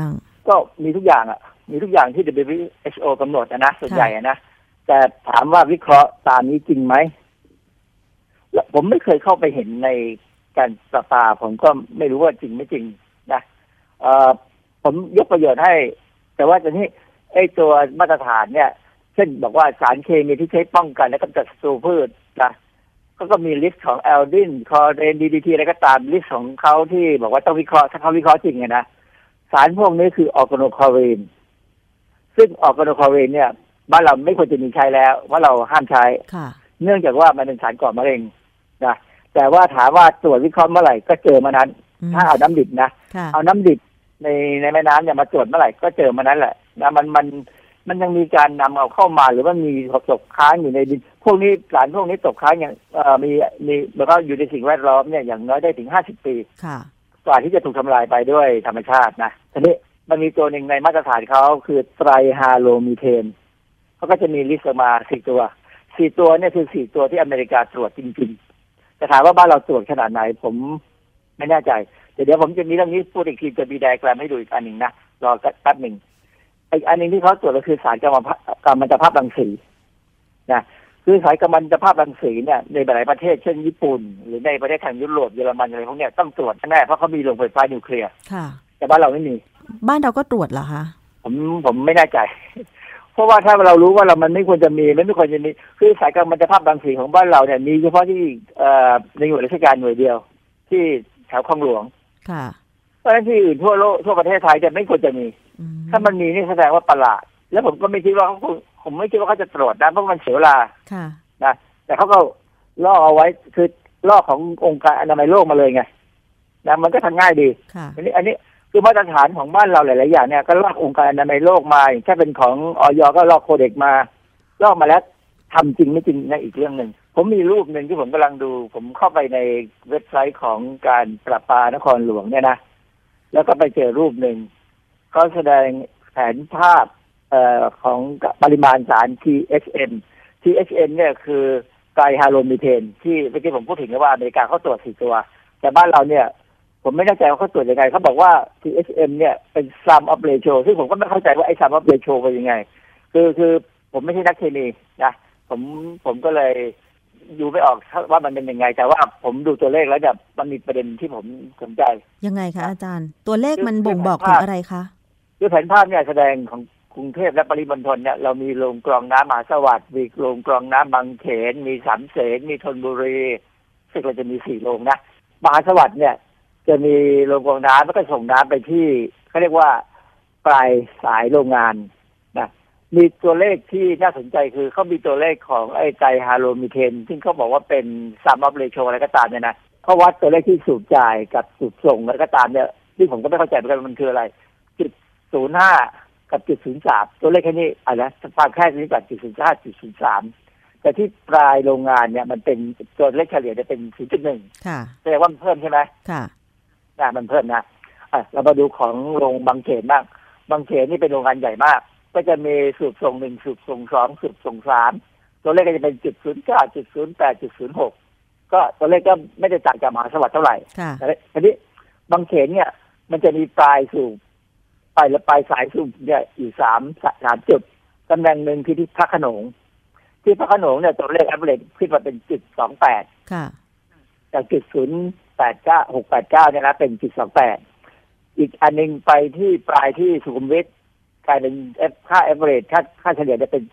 ก็มีทุกอย่างมีทุกอย่างที่ WHO กำหนดนะส่วนใหญ่นะแต่ถามว่าวิเคราะห์ตามนี้จริงไหมผมไม่เคยเข้าไปเห็นในการประปาผมก็ไม่รู้ว่าจริงไม่จริงนะผมยกประโยชน์ให้แต่ว่าตอนนี้ไอ้ตัวมาตรฐานเนี่ยเช่นบอกว่าสารเคมีที่ใช้ป้องกันและกำจัดศัตรูพืชนะก็มีลิสต์ของแอลดินคลอเรน DDT อะไรก็ตามลิสต์ของเขาที่บอกว่าต้องวิเคราะห์ถ้าเขาวิเคราะห์จริงนะสารพวกนี้คือออร์แกโนคลอรีนซึ่งออร์แกโนคลอรีนเนี่ยบ้านเราไม่ควรจะมีใช้แล้วว่าเราห้ามใช้เนื่องจากว่ามันเป็นสารก่อมะเร็งนะแต่ว่าถามว่าตรวจวิเคราะห์เมื่อไหร่ก็เจอมานั้นถ้าเอาน้ำดิบนะเอาน้ำดิบในแม่น้ำเนี่ยมาตรวจเมื่อไหร่ก็เจอมานั้นแหละนะมันยังมีการนำเอาเข้ามาหรือว่ามีตกค้างอยู่ในดินพวกนี้สารพวกนี้ตกค้างอย่างมีแล้วก็อยู่ในสิ่งแวดล้อมเนี่ยอย่างน้อยได้ถึง50 ปีกว่าที่จะถูกทำลายไปด้วยธรรมชาตินะทีนี้มันมีตัวหนึ่งในมาตรฐานเขาคือไตรฮาโลมีเทนเขาก็จะมีลิสต์ออกมา4 ตัวเนี่ยคือ4 ตัวที่อเมริกาตรวจจริงๆแต่ถามว่าบ้านเราตรวจขนาดไหนผมไม่แน่ใจเดี๋ยวผมจะมีเรื่องนี้พูดอีกทีจะมีไดอะแกรมให้ดูอีกอันหนึ่งนะรอแป๊บหนึ่งอีกอันหนึ่งที่เขาตรวจก็คือสารกัมมันตภาพรังสีนะคือสารกัมมันตภาพรังสีเนี่ยในหลายประเทศเช่นญี่ปุ่นหรือในประเทศทางยุโรปเยอรมันอะไรพวกเนี้ยต้องตรวจแน่เพราะเขามีโรงไฟฟ้านิวเคลียร์แต่บ้านเราไม่มีบ้านเราก็ตรวจเหรอคะผมไม่แน่ใจเพราะว่าถ้าเรารู้ว่ามันไม่ควรจะมีไม่ควรจะมีคือสายกัมมันตภาพรังสีของบ้านเราเนี่ยมีเฉพาะที่ในหน่วยราชการหน่วยเดียวที่แถวคลองหลวงเพราะฉะนั้นที่อื่นทั่วโลกทั่วประเทศไทยจะไม่ควรจะมีถ้ามันมีนี่แสดงว่าประหลาดแล้วผมก็ไม่คิดว่าผมไม่คิดว่าเขาจะตรวจนะเพราะมันเสียเวลานะแต่เขาก็ล่อเอาไว้คือล่อขององค์การอนามัยโลกมาเลยไงนะมันก็ทำง่ายดีอันนี้คือมาตรฐานของบ้านเราหลายๆอย่างเนี่ยก็ลอกองค์การอนามัยโลกมาถ้าเป็นของอย.ก็ลอกโคเด็กมาลอกมาแล้วทำจริงไม่จริงนั่นอีกเรื่องหนึ่งผมมีรูปหนึ่งที่ผมกำลังดูผมเข้าไปในเว็บไซต์ของการประปานครหลวงเนี่ยนะแล้วก็ไปเจอรูปหนึ่งเขาแสดงแผนภาพของปริมาณสาร THM เนี่ยคือไตรฮาโลมีเทนที่เมื่อกี้ผมพูดถึงว่าอเมริกาเขาตรวจ4 ตัวแต่บ้านเราเนี่ยผมไม่แน่ใจว่าเขาตรวจยังไงเขาบอกว่า THM เนี่ยเป็น sum of ratio ซึ่งผมก็ไม่เข้าใจว่าไอ้ sum of ratio เป็นยังไงคือผมไม่ใช่นักเคมีนะผมก็เลยดูไม่ออกว่ามันเป็นยังไงแต่ว่าผมดูตัวเลขแล้วเนี่ยมันมีประเด็นที่ผมสนใจยังไงคะอาจารย์ตัวเลขมันบ่งบอกถึงอะไรคะคือแผนภาพเนี่ยแสดงของกรุงเทพและปริมณฑลเนี่ยเรามีโรงกรองน้ำมหาสวัสดิ์มีโรงกรองน้ำบางเขนมีสามเสนมีธนบุรีซึ่งเราจะมี4 โรงนะมหาสวัสดิ์เนี่ยจะมีโรงกรองน้ำแล้วก็ส่งน้ำไปที่เขาเรียกว่าปลายสายโรงงานนะมีตัวเลขที่น่าสนใจคือเขามีตัวเลขของไอ้ไตรฮาโลมีเทนซึ่งเขาบอกว่าเป็น sum of ratio อะไรก็ตามเนี่ยนะเขาวัดตัวเลขที่สูบจ่ายกับสูบส่งอะไรก็ตามเนี่ยที่ผมก็ไม่เข้าใจเหมือนกันมันคืออะไร0.05 กับ 0.03 ตัวเลขแค่นี้อะไรนะความแค่นี้กับ 0.05 0.03 แต่ที่ปลายโรงงานเนี่ยมันเป็นตัวเลขเฉลี่ยจะเป็น 0.1 ค่ะแสดงว่ามันเพิ่มใช่ไหมค่ะมันเพิ่มนะเรามาดูของโรงบางเขนบ้างบางเขนนี่เป็นโรงงานใหญ่มากก็จะมีสูบส่ง1สูบส่ง2สูบส่ง3ตัวเลขก็จะเป็น 0.09 0.08 0.06 ก็ตัวเลขก็ไม่ได้ต่างจากมหาสวัสดิ์เท่าไหร่แต่ทีนี้บางเขนเนี่ยมันจะมีปลายสูบปลายสายสูบเนี่ยอยู่3จุดตำแหน่งหนึ่งคือที่พระโขนงที่พระโขนงเนี่ยตัวเลข average ขึ้นมาเป็น 0.28 ค่ะจาก 0.89 689เนี่ยนะเป็น 0.28 อีกอันนึงไปที่ปลายที่สุขุมวิทกลายเป็นค่า average ค่าเฉลี่ยจะเป็น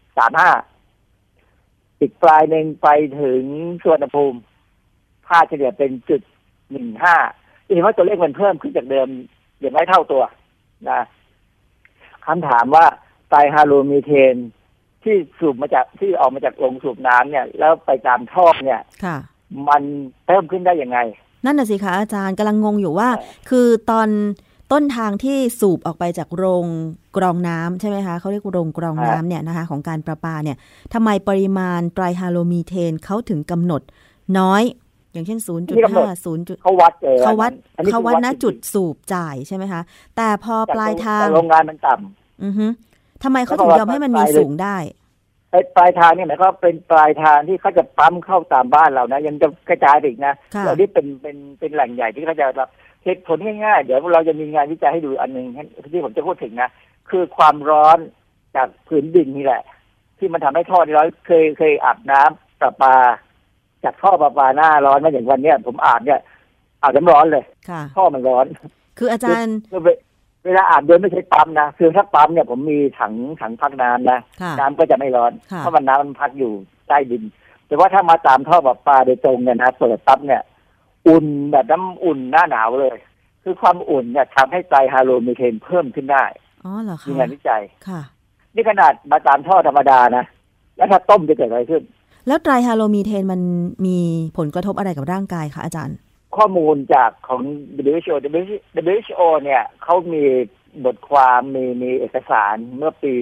0.35 อีกปลายนึงไปถึงสุวรรณภูมิค่าเฉลี่ยเป็น 0.15 เห็นว่าตัวเลขมันเพิ่มขึ้นจากเดิมอย่างไม่เท่าตัวนะคำถามว่าไตรฮาโลมีเทนที่สูบมาจากที่ออกมาจากโรงสูบน้ำเนี่ยแล้วไปตามท่อเนี่ยมันเพิ่มขึ้นได้ยังไงนั่นน่ะสิคะอาจารย์กำลังงงอยู่ว่าคือตอนต้นทางที่สูบออกไปจากโรงกรองน้ำใช่ไหมคะเขาเรียกโรงกรองน้ำเนี่ยนะคะของการประปาเนี่ยทำไมปริมาณไตรฮาโลมีเทนเขาถึงกำหนดน้อยอย่างเช่น 0.5 เขาวัดณจุดสูบจ่ายใช่ไหมคะแต่พอปลายทางโรงงานมันต่ำทำไมเขาถึงยอมให้มันมีสูงได้ปลายทางเนี่ยหมายความเป็นปลายทางที่เขาจะปั๊มเข้าตามบ้านเรานะยังจะกระจายอีกนะเราที่เป็นแหล่งใหญ่ที่เขาจะรับทีเหตุผลง่ายๆเดี๋ยวเราจะมีงานวิจัยให้ดูอันนึงที่ผมจะพูดถึงนะคือความร้อนจากผืนดินนี่แหละที่มันทำให้ท่อร้อนเคยอาบน้ำประปาจากท่อประปาหน้าร้อนมาอย่างวันเนี้ยผมอาบน้ำร้อนเลยท่อมันร้อนคืออาจารย์เวลาอาบโดยไม่ใช้ปั๊มนะคือถ้าปั๊มเนี่ยผมมีถังพักน้ำนะน้ำก็จะไม่ร้อนเพราะมันน้ำมันพักอยู่ใต้ดินแต่ว่าถ้ามาตามท่อประปาโดยตรงเนี่ยนะเปิดปั๊บเนี่ยอุ่นแบบน้ำอุ่นหน้าหนาวเลยคือความอุ่นเนี่ยทำให้ไตรไฮโดรมีเทนเพิ่มขึ้นได้อ๋อเหรอคะมีงานวิจัยค่ะนี่ขนาดมาตามท่อธรรมดานะแล้วถ้าต้มจะเกิดอะไรขึ้นแล้วไตรไฮโดรมีเทนมันมีผลกระทบอะไรกับร่างกายคะอาจารย์ข้อมูลจากของ WHO เนี่ยเขามีบทความมีเอกสารเมื่อปี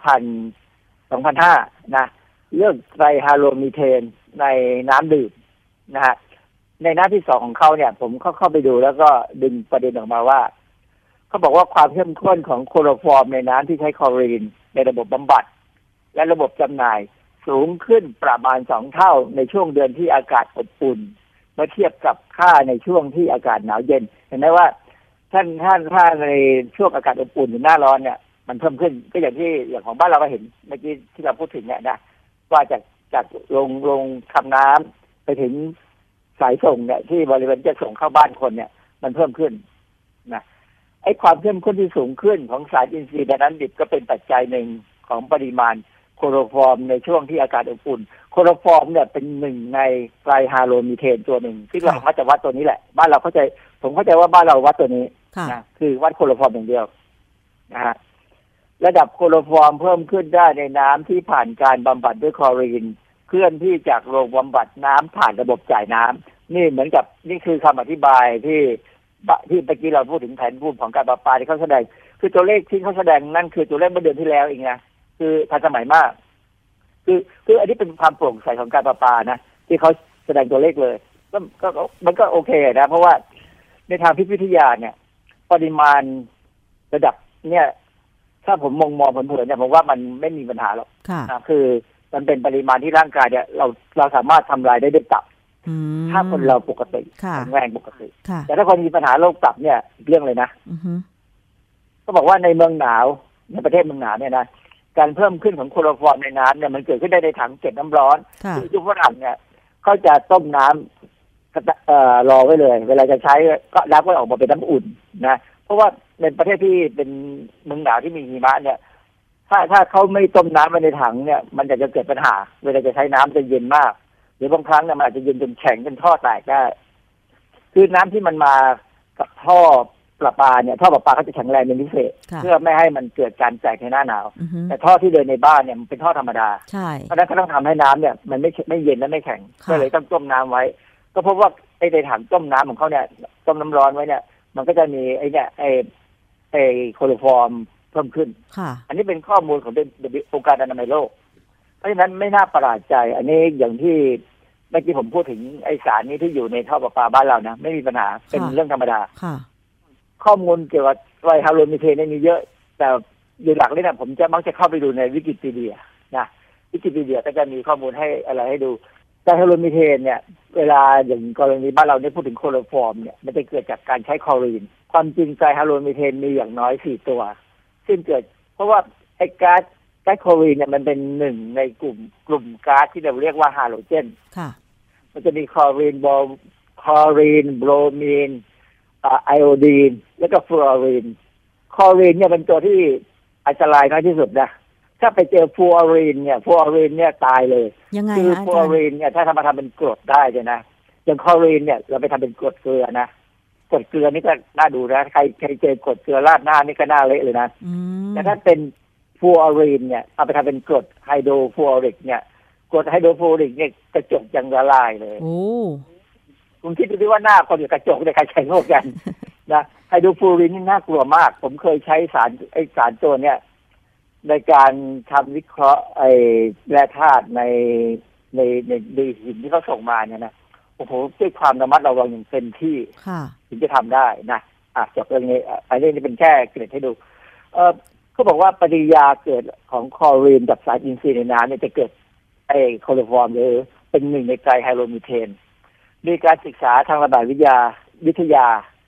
2005นะเรื่องไตรไฮโดรมีเทนในน้ำดื่มนะฮะในหน้าที่2ของเขาเนี่ยผมเข้าไปดูแล้วก็ดึงประเด็นออกมาว่าเขาบอกว่าความเข้มข้นของโคโรฟอร์มในน้ำที่ใช้คลอรีนในระบบบำบัดและระบบจำหน่ายสูงขึ้นประมาณ2 เท่าในช่วงเดือนที่อากาศอบอุ่นเมื่อเทียบกับค่าในช่วงที่อากาศหนาวเย็นเห็นไหมว่าถ้าในช่วงอากาศอบอุ่นหรือหน้าร้อนเนี่ยมันเพิ่มขึ้นก็อย่างของบ้านเราก็เห็นเมื่อกี้ที่เราพูดถึงเนี่ยนะว่าจากลงคำน้ำไปถึงสายส่งเนี่ยที่บริเวณจะส่งเข้าบ้านคนเนี่ยมันเพิ่มขึ้นนะไอ้ความเข้มข้นที่สูงขึ้นของสารอินทรีย์ในน้ำดิบก็เป็นปัจจัยหนึ่งของปริมาณโคโรฟอร์มในช่วงที่อากาศอบอุ่นโคโรฟอร์มเนี่ยเป็นหนึ่งในไตรไฮโดรมีเทนตัวหนึ่งที่เรามักจะวัดตัวนี้แหละบ้านเราผมเข้าใจว่าบ้านเราวัดตัวนี้นะคือวัดโคโรฟอร์มอย่างเดียวนะฮะระดับโคโรฟอร์มเพิ่มขึ้นได้ในน้ำที่ผ่านการบำบัดด้วยคลอรีนเคลื่อนที่จากโรงบำบัดน้ำผ่านระบบจ่ายน้ำนี่เหมือนกับนี่คือคำอธิบายที่เมื่อกี้เราพูดถึงแผนภูมิของการประปาที่เขาแสดงคือตัวเลขที่เขาแสดงนั่นคือตัวเลขเมื่อเดือนที่แล้วเองนะคือทันสมัยมากคืออันนี้เป็นความโปร่งใสของการประปานะที่เขาแสดงตัวเลขเลยก็มันก็โอเคนะเพราะว่าในทางพิษวิทยาเนี่ยปริมาณระดับเนี่ยถ้าผมมองผลเนี่ยผมว่ามันไม่มีปัญหาหรอกคือมันเป็นปริมาณที่ร่างกายเนี่ยเราสามารถทำลายได้ด้วยตับถ้าคนเราปกติแข็งแรงปกติแต่ถ้าคนมีปัญหาโรคตับเนี่ยอีกเรื่องเลยนะก็บอกว่าในเมืองหนาวในประเทศเมืองหนาวเนี่ยนะการเพิ่มขึ้นของโคโรฟอร์มในน้ำเนี่ยมันเกิดขึ้นได้ในถังเก็บน้ำร้อนที่ยุคฝรั่งเนี่ยเขาจะต้มน้ำรอไว้เลยเวลาจะใช้ก็น้ำก็ออกมาเป็นน้ำอุ่นนะเพราะว่าในประเทศที่เป็นเมืองหนาวที่มีหิมะเนี่ยถ้าเขาไม่ต้มน้ำไว้ในถังเนี่ยมันจะเกิดปัญหาเวลาจะใช้น้ำจะเย็นมากหรือบางครั้งเนี่ยมันอาจจะเย็นจนแข็งจนท่อแตกได้คือน้ำที่มันมากับท่อประปาเนี่ยท่อประปาเขาจะแข็งแรงเป็นพิเศษเพื่อไม่ให้มันเกิดการแตกในหน้าหนาวแต่ท่อที่เดินในบ้านเนี่ยมันเป็นท่อธรรมดาเพราะฉะนั้นก็ต้องทำให้น้ำเนี่ยมันไม่เย็นและไม่แข็งก็เลยต้องต้มน้ำไว้ก็เพราะว่าไอ้ในถังต้มน้ำของเขาเนี่ยต้มน้ำร้อนไว้เนี่ยมันก็จะมีไอ้โคโรฟอร์มเพิ่มขึ้นอันนี้เป็นข้อมูลขององค์การอนามัยโลกเพราะฉะนั้นไม่น่าประหลาดใจอันนี้อย่างที่เมื่อกี้ผมพูดถึงไอสารนี้ที่อยู่ในท่อประปาบ้านเรานะไม่มีปัญหาเป็นเรื่องธรรมดาข้อมูลเกี่ยวกับไตรไฮโดรมีเทนมีเยอะแต่โดยหลักเลยนะผมจะมักจะเข้าไปดูในวิกิพีเดียนะวิกิพีเดียก็จะมีข้อมูลให้อะไรให้ดูไตรไฮโดรมีเทนเนี่ยเวลาอย่างกรณีบ้านเราเนี่ยพูดถึงโคโรฟอร์มเนี่ยมันจะเกิดจากการใช้คลอรีนความจริงไตรไฮโดรมีเทนมีอย่างน้อย4ตัวซึ่งเกิดเพราะว่าไอ้ก๊าซคลอรีนเนี่ยมันเป็นหนึ่งในกลุ่มก๊าซที่เราเรียกว่าไฮโดรเจนมันจะมีคลอรีนโบรมีนไอโอดีนแล้วก็ฟลูออรีนคลอรีนเนี่ยเป็นตัวที่อันตรายน้อยที่สุดนะถ้าไปเจอฟลูออรีนเนี่ยตายเลยคือฟลูออรีนเนี่ยถ้าทำเป็นกรดได้เลยนะอย่างคลอรีนเนี่ยเราไปทำเป็นกรดเกลือนะกรดเกลือนี่ก็น่าดูนะใครเจอกรดเกลือราดหน้านี่ก็น่าเละเลยนะแต่ถ้าเป็นฟลูออรีนเนี่ยเอาไปทำเป็นกรดไฮโดรฟลูออริกเนี่ยกรดไฮโดรฟลูออริกเนี่ยกระจกยังละลายเลยคุณคิดดูดิว่าหน้าคนกับกระจกเนี่ยใครใช้โง่กันนะไฮโดรฟลูออรินนี่น่ากลัวมากผมเคยใช้สารตัวเนี่ยในการทำวิเคราะห์แร่ธาตุในหินที่เขาส่งมาเนี่ยนะโอ้โหด้วยความระมัดระวังอย่างเต็มที่ถึงจะทำได้นะจบเรื่องนี้อันนี้เป็นแค่เกร็ดให้ดูเขาบอกว่าปฏิกิริยาเกิดของคลอรีนกับสารอินทรีย์ในน้ำเนี่ยจะเกิดโคโรฟอร์มหรือเป็นหนึ่งในไตรไฮโดรมีเทนมีการศึกษาทางระบาดวิทยา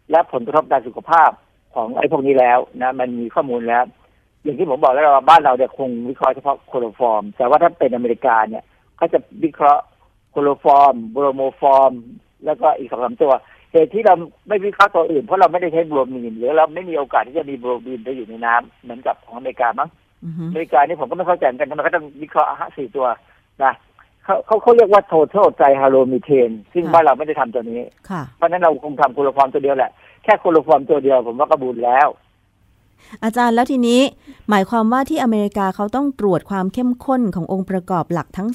และผลกระทบด้านสุขภาพของไอ้พวกนี้แล้วนะมันมีข้อมูลแล้วอย่างที่ผมบอกแล้วว่าบ้านเราเนี่ยคงวิเคราะห์เฉพาะโคโลฟอร์มแต่ว่าถ้าเป็นอเมริกาเนี่ยเขาจะวิเคราะห์โคโลฟอร์มโบรโมฟอร์มแล้วก็อีก 2-3 ตัวเหตุที่เราไม่วิเคราะห์ตัวอื่นเพราะเราไม่ได้ใช้โบรมีนหรือเราไม่มีโอกาสที่จะมีโบรมีนไปอยู่ในน้ำเหมือนกับของอเมริกามั้งอเมริกานี่ผมก็ไม่เข้าใจเหมือนกันทำไมเขาต้องวิเคราะห์4 ตัวนะเขาเรียกว่า total trihalometane ซึ่งบ้านเราไม่ได้ทำตัวนี้เพราะนั้นเราคงทำโคโลฟอร์มตัวเดียวแหละแค่โคโลฟอร์มตัวเดียวผมว่าก็บุญแล้วอาจารย์แล้วทีนี้หมายความว่าที่อเมริกาเขาต้องตรวจความเข้มข้นขององค์ประกอบหลักทั้ง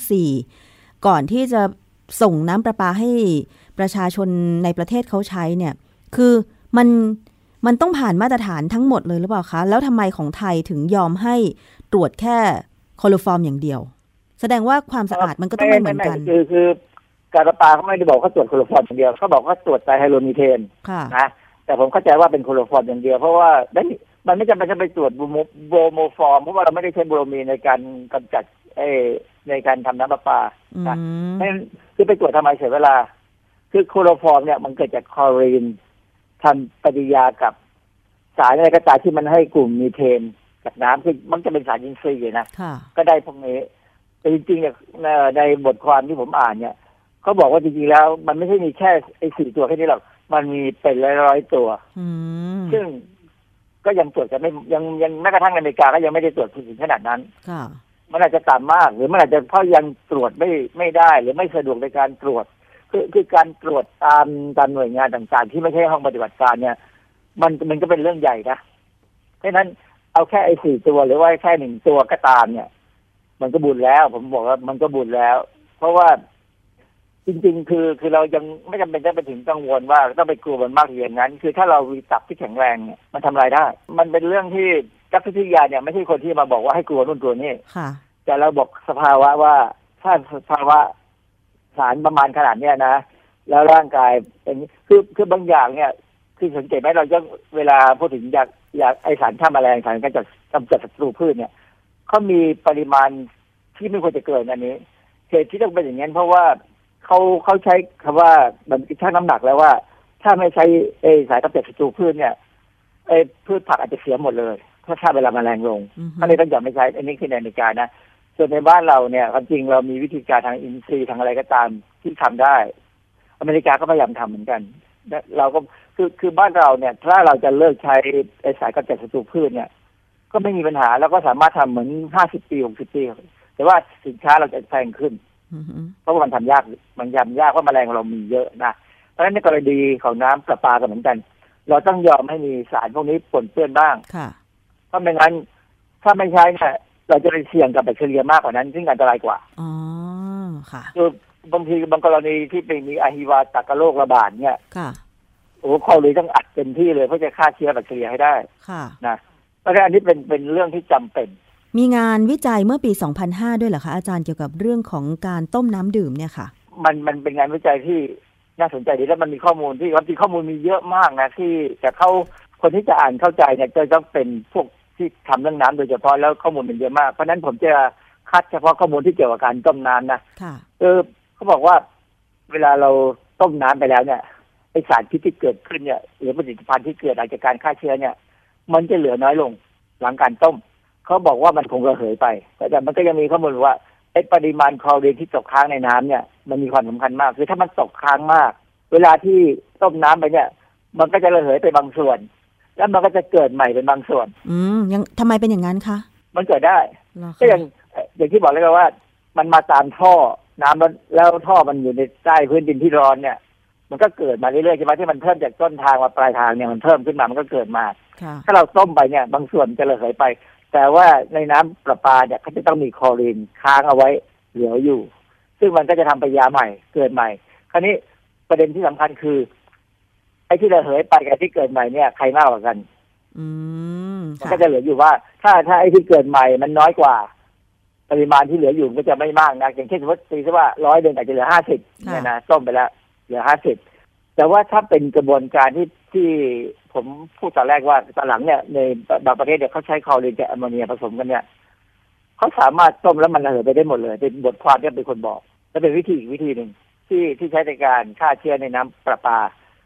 4ก่อนที่จะส่งน้ำประปาให้ประชาชนในประเทศเขาใช้เนี่ยคือมันต้องผ่านมาตรฐานทั้งหมดเลยหรือเปล่าคะแล้วทำไมของไทยถึงยอมให้ตรวจแค่โคโลฟอร์มอย่างเดียวแสดงว่าความสะอาดมันก็ต้องไม่เหมือนกันคือการประปาเขาไม่ได้บอกเขาตรวจโคโลฟอร์มอย่างเดียวเขาบอกเขาตรวจไตรไฮโลมีเทนนะแต่ผมเข้าใจว่าเป็นโคโลฟอร์มอย่างเดียวเพราะว่ามันไม่จำเป็นจะไปตรวจโบรโมฟอร์มเพราะว่าเราไม่ได้ใช้โบรมีนในการกำจัดในการทำน้ำประปานะคือไปตรวจทำไมเสียเวลาคือโคโลฟอร์มเนี่ยมันเกิดจากคลอรีนทำปฏิกิริยากับสารอะไรก็ตามที่มันให้กลุ่มมีเทนกับน้ำคือมันจะเป็นสารอินทรีย์นะก็ได้พวกนี้แต่จริงๆเนี่ยในบทความที่ผมอ่านเนี่ยเขาบอกว่าจริงๆแล้วมันไม่ใช่มีแค่4 ตัวแค่นี้หรอกมันมีเป็นร้อยๆตัวซึ่งก็ยังตรวจกันไม่ยังแม้กระทั่งในอเมริกาก็ยังไม่ได้ตรวจถึงขนาดนั้นมันอาจจะต่ำมากหรือมันอาจจะเพราะยังตรวจไม่ได้หรือไม่สะดวกในการตรวจคือการตรวจตามหน่วยงานต่างๆที่ไม่ใช่ห้องปฏิบัติการเนี่ยมันก็เป็นเรื่องใหญ่นะเพราะฉะนั้นเอาแค่4 ตัวหรือว่าแค่1 ตัวก็ตามเนี่ยมันก็บุญแล้วผมบอกว่ามันก็บุญแล้วเพราะว่าจริงๆคือเรายังไม่จำเป็นต้องไปถึงกังวลว่าต้องไปกลัวมันมากอย่างนั้นคือถ้าเรามีตับที่แข็งแรงเนี่ยมันทำอะไรได้มันเป็นเรื่องที่นักวิทยาเนี่ยไม่ใช่คนที่มาบอกว่าให้กลัวนู่นกลัวนี่แต่เราบอกสภาวะว่าถ้าสภาวะสารประมาณขนาดเนี้ยนะแล้วร่างกายเป็นคือบางอย่างเนี่ยคือสังเกตไหมเราจะเวลาพูดถึงยาไอสารฆ่าแมลงสารกำจัดศัตรูพืชเนี่ยเขามีปริมาณที่ไม่ควรจะเกินอันนี้เหตุที่ต้องเป็นอย่างนั้นเพราะว่าเขาใช้คำว่ามันชั่งน้ำหนักแล้วว่าถ้าไม่ใช้สารกำจัดศัตรูพืชเนี่ยพืชผักอาจจะเสียหมดเลยถ้าเวลาแมลงลงก็เลยต้องยอมไม่ใช้อันนี้คือในอเมริกานะส่วนในบ้านเราเนี่ยความจริงเรามีวิธีการทางอินทรีย์ทางอะไรก็ตามที่ทำได้อเมริกาก็พยายามทำเหมือนกันเราก็คือบ้านเราเนี่ยถ้าเราจะเลิกใช้สารกำจัดศัตรูพืชเนี่ยก็ไม่มีปัญหาแล้วก็สามารถทำเหมือน50 ปี60 ปีแต่ว่าสินค้าเราจะแพงขึ้นเพราะว่ามันทำยากเพราะแมลงเรามีเยอะนะเพราะฉะนั้นในกรณีของน้ำประปาก็เหมือนกันเราต้องยอมให้มีสารพวกนี้ปนเปื้อนบ้างเพราะไม่งั้นถ้าไม่ใช้เนี่ยเราจะไปเสี่ยงกับแบคทีเรียมากกว่านั้นซึ่งอันตรายกว่าคือบางทีบางกรณีที่เป็นมีอะฮิวาตากโรคระบาดเนี่ยโอ้เขาเลยต้องอัดเต็มที่เลยเพื่อจะฆ่าเชื้อแบคทีเรียให้ได้นะเพราะฉะนั้นอันนี้เป็นเรื่องที่จำเป็นมีงานวิจัยเมื่อปี 2005 ด้วยเหรอคะอาจารย์เกี่ยวกับเรื่องของการต้มน้ำดื่มเนี่ยค่ะมันเป็นงานวิจัยที่น่าสนใจดีแล้วมันมีข้อมูลที่ข้อมูลมีเยอะมากนะที่แต่คนที่จะอ่านเข้าใจเนี่ยจะต้องเป็นพวกที่ทำเรื่องน้ำโดยเฉพาะแล้วข้อมูลมันเยอะมากเพราะนั้นผมจะคัดเฉพาะข้อมูลที่เกี่ยวกับการต้มน้ำนะเขาบอกว่าเวลาเราต้มน้ำไปแล้วเนี่ยไอสารพิษที่เกิดขึ้นเนี่ยหรือผลิตภัณฑ์ที่เกิดหลังจากการฆ่าเชื้อเนี่ยมันจะเหลือน้อยลงหลังการต้มเขาบอกว่ามันคงระเหยไปแต่มันก็ยังมีข้อมูลว่าไอ้ปริมาณคลอรีนที่ตกค้างในน้ำเนี่ยมันมีความสำคัญมากคือถ้ามันตกค้างมากเวลาที่ต้มน้ำไปเนี่ยมันก็จะระเหยไปบางส่วนแล้วมันก็จะเกิดใหม่เป็นบางส่วนยังทำไมเป็นอย่างนั้นคะมันเกิดได้ก็อย่างที่บอกเลยว่ามันมาตามท่อน้ำแล้วท่อมันอยู่ในใต้พื้นดินที่ร้อนเนี่ยมันก็เกิดมาเรื่อยๆใช่ไหมที่มันเพิ่มจากต้นทางมาปลายทางเนี่ยมันเพิ่มขึ้นมามันก็เกิดมาถ้าเราต้มไปเนี่ยบางส่วนจะระเหยไปแต่ว่าในน้ำประปาเนี่ยเขาจะต้องมีคลอรีนค้างเอาไว้เหลืออยู่ซึ่งมันก็จะทำปฏิกิริยาใหม่เกิดใหม่คราวนี้ประเด็นที่สำคัญคือไอ้ที่ระเหยไปกับที่เกิดใหม่เนี่ยใครมากกว่ากันมันก็จะเหลืออยู่ว่าถ้าไอ้ที่เกิดใหม่มันน้อยกว่าปริมาณที่เหลืออยู่ก็จะไม่มากนะอย่างเช่นสมมติตีซะว่า100อาจจะเหลือ50เนี่ยนะต้มไปแล้วเหลือ50แต่ว่าถ้าเป็นกระบวนการที่ผมพูดตอนแรกว่าตอนหลังเนี่ยในบางประเทศเนี่ยเขาใช้คลอรีนกับแอมโมเนียผสมกันเนี่ยเขาสามารถต้มแล้วมันระเหยไปได้หมดเลยเป็นบทความที่เป็นคนบอกและเป็นวิธีอีกวิธีหนึ่งที่ใช้ในการฆ่าเชื้อในน้ำประปา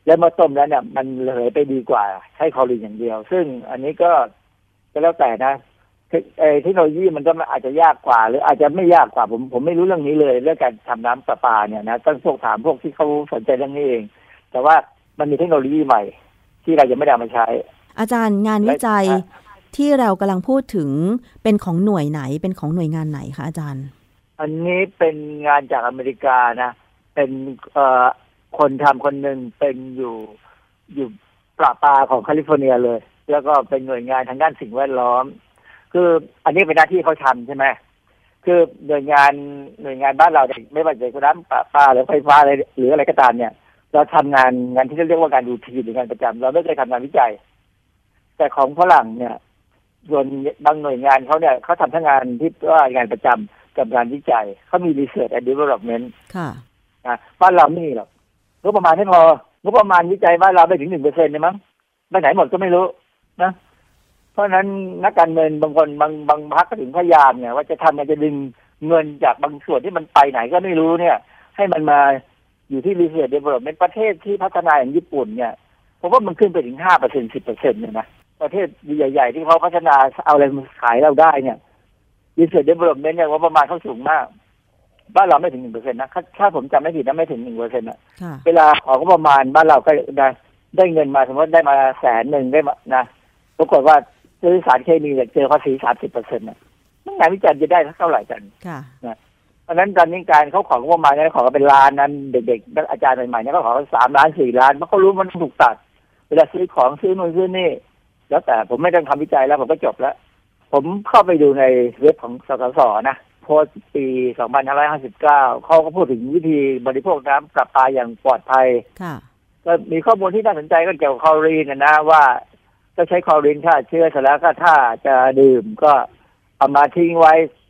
แล้วมาต้มแล้วเนี่ยมันระเหยไปดีกว่าใช้คลอรีนอย่างเดียวซึ่งอันนี้ก็แล้วแต่นะเทคโนโลยีมันก็อาจจะยากกว่าหรืออาจจะไม่ยากกว่าผมไม่รู้เรื่องนี้เลยเรื่องการทำน้ำประปาเนี่ยนะต้องพวกถามพวกที่เขาสนใจเรื่องนี้เองแต่ว่ามันมีเทคโนโลยีใหม่ที่เรายังไม่ได้มาใช้อาจารย์งานวิจัยที่เรากำลังพูดถึงเป็นของหน่วยไหนเป็นของหน่วยงานไหนคะอาจารย์อันนี้เป็นงานจากอเมริกานะเป็นคนทำคนหนึ่งเป็นอยู่ประปาของแคลิฟอร์เนียเลยแล้วก็เป็นหน่วยงานทางด้านสิ่งแวดล้อมคืออันนี้เป็นหน้าที่เขาทำใช่ไหมคือหน่วยงานบ้านเราไม่ว่าจะน้ำประปาหรือไฟฟ้าอะไรหรืออะไรก็ตามเนี่ยเราทำงานที่เรียกว่าการดูทีหรืองานประจำเราไม่เคยทำงานวิจัยแต่ของฝรั่งเนี่ยส่วนบางหน่วยงานเขาเนี่ยเขาทำทั้งงานที่ว่างานประจำกับงานวิจัยเขามี research and development ค่ะบ้านเราไม่มีหรอกงบประมาณไม่พองบประมาณวิจัยบ้านเราไม่ถึง 1% เลยมั้งไปไหนหมดก็ไม่รู้นะเพราะนั้นนักการเมืองบางคนบางพรรคก็ถึงพยายามเนี่ยว่าจะทำมันจะดึงเงินจากบางส่วนที่มันไปไหนก็ไม่รู้เนี่ยให้มันมาอยู่ที่ research development ประเทศที่พัฒนาอย่างญี่ปุ่นเนี่ยผมว่ามันขึ้นไปถึง 5% 10% เนี่ยนะประเทศใหญ่ๆที่เขาพัฒนาเอาอะไรมาขายเราได้เนี่ย research development เนี่ยว่าประมาณเขาสูงมากบ้านเราไม่ถึง 1% นะถ้าผมจำไม่ผิดนะไม่ถึง 1% นะเวลาออกประมาณบ้านเราก็ได้เงินมาสมมติได้มา100,000ได้มานะปรากฏว่าซื้อสารเคมีเจอภาษี 30% นะงานวิจัยจะได้เท่าไหร่กันนะเพราะนั้นตอนนี้การเขาของประมาณนี้ขอเป็นล้านนั้นเด็กๆนักอาจารย์ใหม่ๆเนี่ยก็ขอ3 ล้าน 4 ล้านเพราะเขารู้มันถูกตัดเวลาซื้อของซื้อนู่นซื้อนี่แล้วแต่ผมไม่ต้องทำวิจัยแล้วผมก็จบแล้วผมเข้าไปดูในเว็บของสสสนะโพสต์ปี 2559 เขาก็พูดถึงวิธีบริโภคน้ำประปาอย่างปลอดภัยก็มีข้อมูลที่น่าสนใจก็เกี่ยวกับคลอรีนนะว่าจะใช้คลอรีนฆ่าเชื้อเสร็จแล้วก็ถ้าจะดื่มก็เอามาทิ้งไว้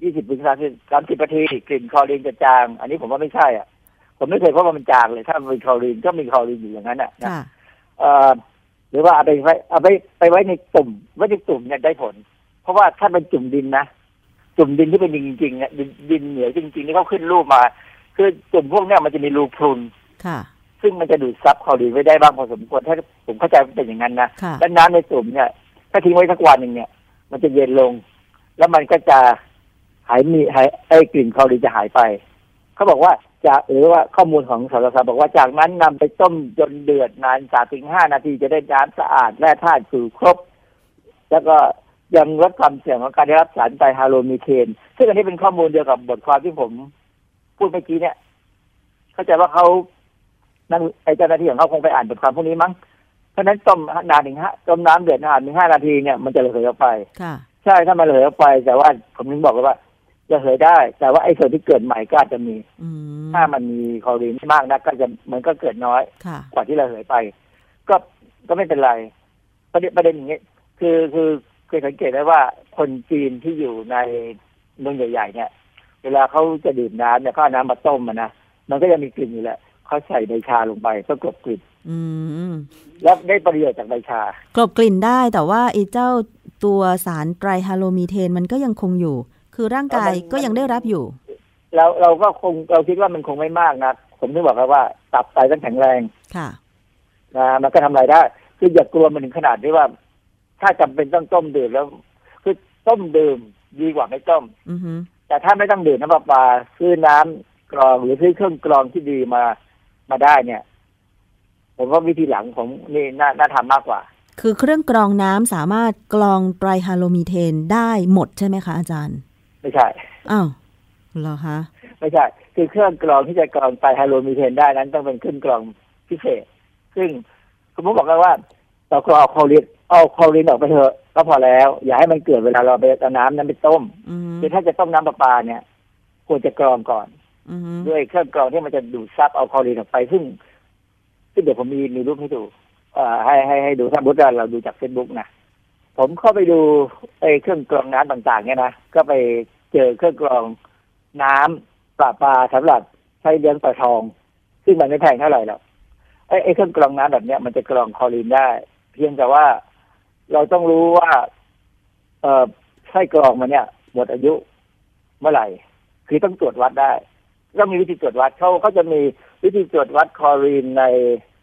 20-30 นาทีกลิ่นคลอรีนจะจางอันนี้ผมว่าไม่ใช่อ่ะผมไม่เคยพบว่ามันจางเลยถ้ามีคลอรีนก็มีคลอรีนอยู่อย่างนั้นนะหรือว่าเอาไปไว้ในตุ่มเนี่ยได้ผลเพราะว่าถ้าเป็นจุ่มดินนะจุ่มดินที่เป็นดินจริงๆเนี่ยดินเหนียวจริงๆที่เขาขึ้นรูปมาคือจุ่มพวกนี้มันจะมีรูพรุนซึ่งมันจะดูดซับคลอรีนไว้ได้บ้างพอสมควรถ้าผมเข้าใจว่าเป็นอย่างนั้นนะและน้ำในตุ่มเนี่ยถ้าทิ้งไว้สักวันนึงเนี่ยมันจะเย็นลงแล้วมันก็จะหายกลิ่นคลอรีนจะหายไปเขาบอกว่าหรือว่าข้อมูลของสสสบอกว่าจากนั้นนำไปต้มจนเดือดนาน 3-5 นาทีจะได้น้ำสะอาดแร่ธาตุสู่ครบแล้วก็ยังลดความเสี่ยงของการได้รับสารไตรฮาโลมีเทนซึ่งอันนี้เป็นข้อมูลเดียวกับบทความที่ผมพูดเมื่อกี้เนี่ยเข้าใจว่าเขานั่งเจ้าหน้าที่ของเขาคงไปอ่านบทความพวกนี้มั้งเพราะนั้นต้มนานถึงต้มน้ำเดือดนานถึง 5 นาทีเนี่ยมันจะระเหยออกไปใช่ถ้ามันระเหยออกไปแต่ว่าผมถึงบอกเลยว่าจะระเหยได้แต่ว่าไอ้ส่วนที่เกิดใหม่ก็อาจจะมีถ้ามันมีคลอรีนมากนะก็จะมันก็เกิดน้อยกว่าที่ระเหยไปก็ไม่เป็นไรประเด็นอย่างนี้คือเคยสังเกตได้ว่าคนจีนที่อยู่ในเมืองใหญ่ๆเนี่ยเวลาเขาจะดื่มน้ำเนี่ยเขาเอาน้ำมาต้มนะมันก็จะมีกลิ่นอยู่แหละเขาใส่ใบชาลงไปเพื่อกลบกลิ่นแล้วได้ประโยชน์จากใบชากลบกลิ่นได้แต่ว่าไอ้เจ้าตัวสารไตรฮาโลมีเทนมันก็ยังคงอยู่คือร่างกายก็ยังได้รับอยู่แล้วเราก็เราคิดว่ามันคงไม่มากนะผมนึกบอกว่าตับไตต้องแข็งแรงค่ะมันก็ทำอะไรได้คืออย่ากลัวมันถึงขนาดที่ว่าถ้าจำเป็นต้องต้มดื่มแล้วคือต้มดื่มดีกว่าไม่ต้มแต่ถ้าไม่ต้องดื่มน้ำประปาซื้อน้ำกรองหรือซื้อเครื่องกรองที่ดีมาได้เนี่ยผมว่าวิธีหลังของนี่น่าทำมากกว่าคือเครื่องกรองน้ำสามารถกรองไตรฮาโลมีเทนได้หมดใช่ไหมคะอาจารย์ไม่ใช่อ้าวเหรอคะไม่ใช่คือเครื่องกรองที่จะกรองไตรฮาโลมีเทนได้นั้นต้องเป็นเครื่องกรองพิเศษซึ่งผมบอกกันว่าเรากรองคลอรีนเอาคลอรีนออกไปเถอะก็พอแล้วอย่าให้มันเกิดเวลาเราไปเอาน้ำนั้นไปต้มคือถ้าจะต้มน้ำประปาเนี่ยควรจะกรองก่อนด้วยเครื่องกรองที่มันจะดูดซับเอาคลอรีนออกไปซึ่งเดี๋ยวผมมีรูปให้ดูให้ดูถ้าบุตรเราดูจาก Facebook นะผมเข้าไปดูไอ้เครื่องกรองน้ำต่างๆเนี่ยนะก็ไปเจอเครื่องกรองน้ำประปาสำหรับใช้เลี้ยงปลาทองซึ่งมันไม่แพงเท่าไหร่หรอกไอ้เครื่องกรองน้ำแบบเนี้ยมันจะกรองคลอรีนได้เพียงแต่ว่าเราต้องรู้ว่าไส้กรองมันเนี่ยหมดอายุเมื่อไหร่คือต้องตรวจวัดได้ต้องมีวิธีตรวจวัดเขาจะมีวิธีตรวจวัดคลอรีนใน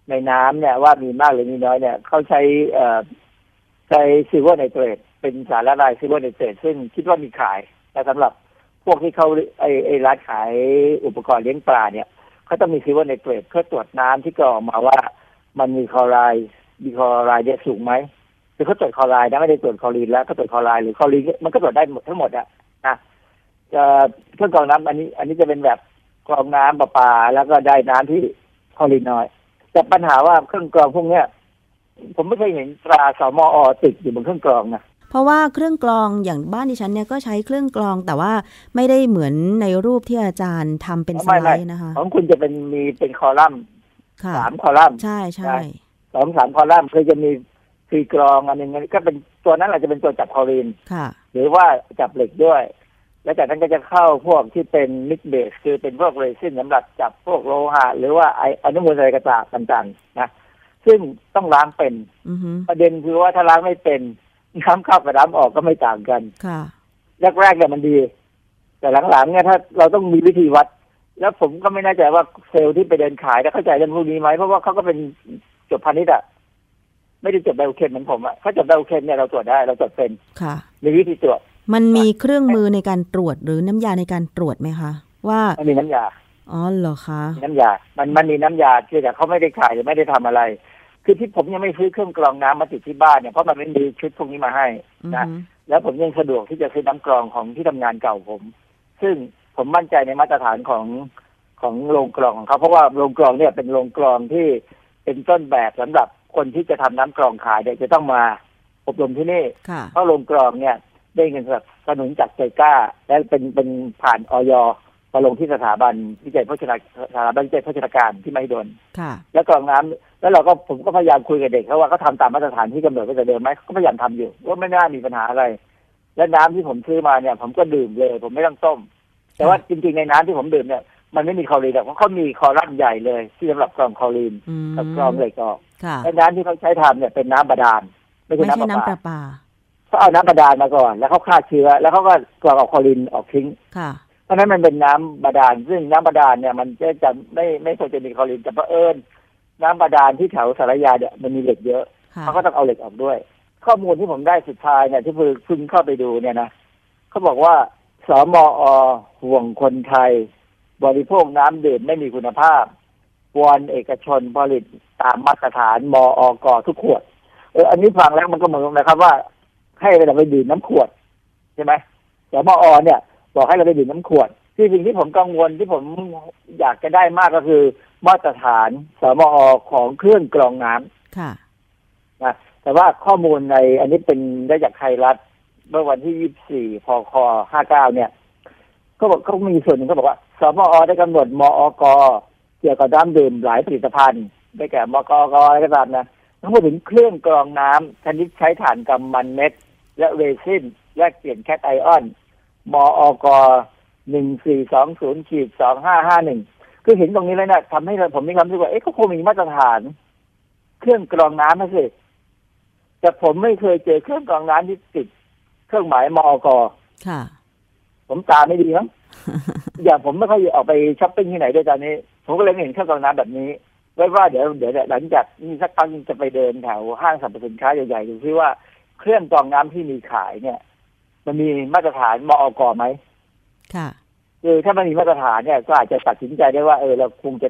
ในน้ำเนี่ยว่ามีมากหรือมีน้อยเนี่ยเขาใช้ซิลเวอร์ไนเตรตเป็นสารละลายซิลเวอร์ไนเตรตซึ่งคิดว่ามีขายแต่สำหรับพวกที่เขาร้านขายอุปกรณ์เลี้ยงปลาเนี่ยเขาต้องมีซิลเวอร์ไนเตรตเพื่อตรวจน้ำที่กรองมาว่ามันมีคลอไรด์เนี่ยสูงไหมคือเขาตรวจคลอไรด์นะไม่ได้ตรวจคลอรีนแล้วก็ตรวจคลอไรด์หรือคลอรีนมันก็ตรวจได้หมดทั้งหมดอะนะเครื่องกรองน้ำอันนี้จะเป็นแบบกรองน้ำประปาแล้วก็ได้น้ำที่คลอรีนน้อยแต่ปัญหาว่าเครื่องกรองพวกเนี้ยผมไม่เคยเห็นตราสมอ.ติดอยู่บนเครื่องกรองนะเพราะว่าเครื่องกรองอย่างบ้านดิฉันเนี่ยก็ใช้เครื่องกรองแต่ว่าไม่ได้เหมือนในรูปที่อาจารย์ทำเป็นสไลด์นะคะของคุณจะเป็นคอลัมน์3คอลัมน์ใช่ใช่ 2-3 คอลัมน์คือจะมีฟรีกรองอันนึงก็เป็นตัวนั้นอาจจะเป็นตัวจับคลอรีนหรือว่าจับเหล็กด้วยแล้วจากนั้นก็จะเข้าพวกที่เป็นมิกเบสคือเป็นพวกเรซินสำหรับจับพวกโลหะหรือว่าอนุมูลอะไรต่างๆนะซึ่งต้องล้างเป็นประเด็นคือว่าถ้าล้างไม่เป็นน้ำเข้ากับน้ำออกก็ไม่ต่างกันแรกๆเนี่ยมันดีแต่หลังๆเนี่ยถ้าเราต้องมีวิธีวัดแล้วผมก็ไม่แน่ใจว่าเซลล์ที่ไปเดินขายเข้าใจเรื่องพวกนี้ไหมเพราะว่าเขาก็เป็นจบพาณิชย์อะไม่ได้จบไบโอเคมเหมือนผมอะถ้าจบไบโอเคมเนี่ยเราตรวจได้เราตรวจเป็นมีวิธีตรวจมันมีเครื่องมือในการตรวจหรือน้ำยาในการตรวจไหมคะว่ามันมีน้ำยาอ๋อเหรอคะน้ำยามันมีน้ำยาคือแต่เขาไม่ได้ขายหรือไม่ได้ทำอะไรคือที่ผมยังไม่ซื้อเครื่องกรองน้ำมาติดที่บ้านเนี่ยเพราะมันไม่มีชุดพวกนี้มาให้นะแล้วผมยังสะดวกที่จะซื้อน้ำกรองของที่ทำงานเก่าผมซึ่งผมมั่นใจในมาตรฐานของโรงกรองของเขาเพราะว่าโรงกรองเนี่ยเป็นโรงกรองที่เป็นต้นแบบสำหรับคนที่จะทำน้ำกรองขายเนี่ยจะต้องมาอบรมที่นี่เพราะโรงกรองเนี่ยได้เงินสนับสนุนจากไจก้าและเป็นผ่านอย.มาลงที่สถาบันวิจัยโภชนาการที่มหิดลแล้วกรองน้ำแล้วผมก็พยายามคุยกับเด็กเขาว่าเขาทำตามมาตรฐานที่กำหนดไว้แต่เดิมไหมก็พยายามทำอยู่ว่าไม่น่ามีปัญหาอะไรและน้ำที่ผมซื้อมาเนี่ยผมก็ดื่มเลยผมไม่ต้องต้มแต่ว่าจริงๆในน้ำที่ผมดื่มเนี่ยมันไม่มีคลอรีนเพราะเขามีคอลัมน์ใหญ่เลยที่สำหรับกรองคลอรีนกับกรองเหล็กออกและน้ำที่เขาใช้ทำเนี่ยเป็นน้ำบาดาลไม่ใช่น้ำประปาเขาเอาน้ำบาดาลมาก่อนแล้วเขาฆ่าเชื้อแล้วเขาก็กรองเอาคลอรีนออกทิ้งเพราะนั้นมันเป็นน้ำบาดาลซึ่งน้ำบาดาลเนี่ยมันจะไม่ควรจะมีคลอรีนแต่เผอิญน้ำบาดาลที่แถวสารยาเนี่ยมันมีเหล็กเยอะเขาก็ต้องเอาเหล็กออกด้วยข้อมูลที่ผมได้สุดท้ายเนี่ยที่เพิ่งเข้าไปดูเนี่ยนะเขาบอกว่าสมอ.ห่วงคนไทยบริโภคน้ำดื่มไม่มีคุณภาพวอนเอกชนผลิตตามมาตรฐานมอก.ทุกขวดอันนี้ฟังแล้วมันก็เหมือนนะครับว่าให้เราไปดื่มน้ำขวดใช่ไหมสมอ.เนี่ยบอกให้เราไปดื่มน้ำขวดที่สิ่งที่ผมกังวลที่ผมอยากจะได้มากก็คือมาตรฐานสมอ.ของเครื่องกรองน้ำนะแต่ว่าข้อมูลในอันนี้เป็นได้จากไทยรัฐเมื่อวันที่24 พค. 59เนี่ยเขาบอกเขามีส่วนหนึ่งเขาบอกว่าสมอ.ได้กำหนดมอก.เกี่ยวกับน้ำดื่มหลายผลิตภัณฑ์ได้แก่มกก.อะไรก็ตามนะทั้งหมดถึงเครื่องกรองน้ำชนิดใช้ถ่านกำมันเม็ดและเรซินแลกเปลี่ยนแคทไอออนมอก. 1420-2551คือเห็นตรงนี้แล้วเนี่ยทำให้ผมมีความรู้สึกว่าเขาคงมีมาตรฐานเครื่องกรองน้ำนะสิแต่ผมไม่เคยเจอเครื่องกรองน้ำที่ติดเครื่องหมายมอก.ผมตาไม่ดีมั้ง อย่างผมไม่ค่อยออกไปช้อปปิ้งที่ไหนด้วยตอนนี้ผมก็เลยไม่เห็นเครื่องกรองน้ำแบบนี้ไว้ว่าเดี๋ยวหลังจากนี้สักพักจะไปเดินแถวห้างสรรพสินค้าใหญ่ๆดูซิว่าเครื่องกรองน้ำที่มีขายเนี่ยมันมีมาตรฐานมอก.ไหมค่ะคือถ้ามันมีมาตรฐานเนี่ยก็อาจจะตัดสินใจได้ว่าเราคงจะ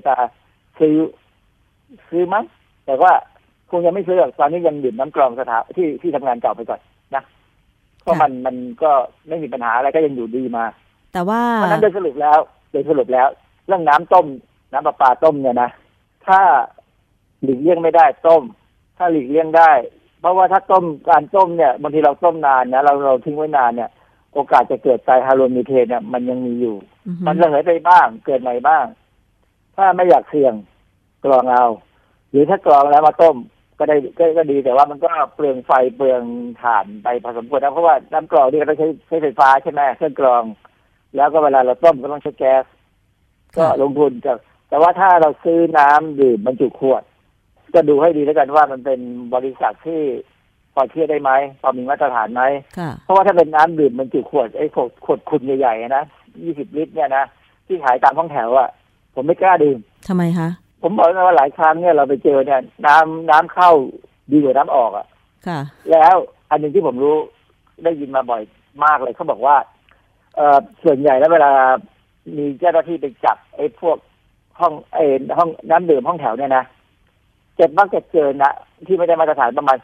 ซื้อมั้งแต่ว่าคงยังไม่ซื้อตอนนี้ยังดื่มน้ำกรองที่ทำงานเก่าไปก่อนนะเพราะมันก็ไม่มีปัญหาอะไรก็ยังอยู่ดีมาแต่ว่าเพราะนั้นโดยสรุปแล้วเรื่องน้ำต้มน้ำประปาต้มเนี่ยนะถ้าหลีกเลี่ยงไม่ได้ต้มถ้าหลีกเลี่ยงได้เพราะว่าถ้าการต้มเนี่ยบางทีเราต้มนานนะเราทิ้งไว้นานเนี่ยโอกาสจะเกิดไตรฮาโลมีเทนเนี่ยมันยังมีอยู่มันระเหยไปบ้างเกิดใหม่บ้างถ้าไม่อยากเสี่ยงกรองเอาหรือถ้ากรองแล้วมาต้มก็ดีแต่ว่ามันก็เปลืองไฟเปลืองถ่านไปพอสมควรนะเพราะว่าน้ำกรองนี่ก็ต้องใช้ไฟฟ้าใช่ไหมเครื่องกรองแล้วก็เวลาเราต้มก็ต้องใช้แก๊สก็ลงทุนแต่ว่าถ้าเราซื้อน้ำดื่มบรรจุขวดก็ดูให้ดีแล้วกันว่ามันเป็นบริษัทที่พอเชื่อได้ไหมพอมีมาตรฐานไหมเพราะว่าถ้าเป็นน้ำดื่มบรรจุขวดขวดคุณใหญ่ๆนะ20 ลิตรเนี่ยนะที่ขายตามห้องแถวอ่ะผมไม่กล้าดื่มทำไมคะผมบอกนะว่าหลายครั้งเนี่ยเราไปเจอเนี่ยน้ำเข้าดีกว่าน้ำออกอ่ะค่ะแล้วอันหนึ่งที่ผมรู้ได้ยินมาบ่อยมากเลยเขาบอกว่าส่วนใหญ่แล้วเวลามีเจ้าหน้าที่ไปจับไอ้พวกห้องน้ำดื่มห้องแถวเนี่ยนะมักจะเจอนะที่ไม่ได้มาตรฐานประมาณ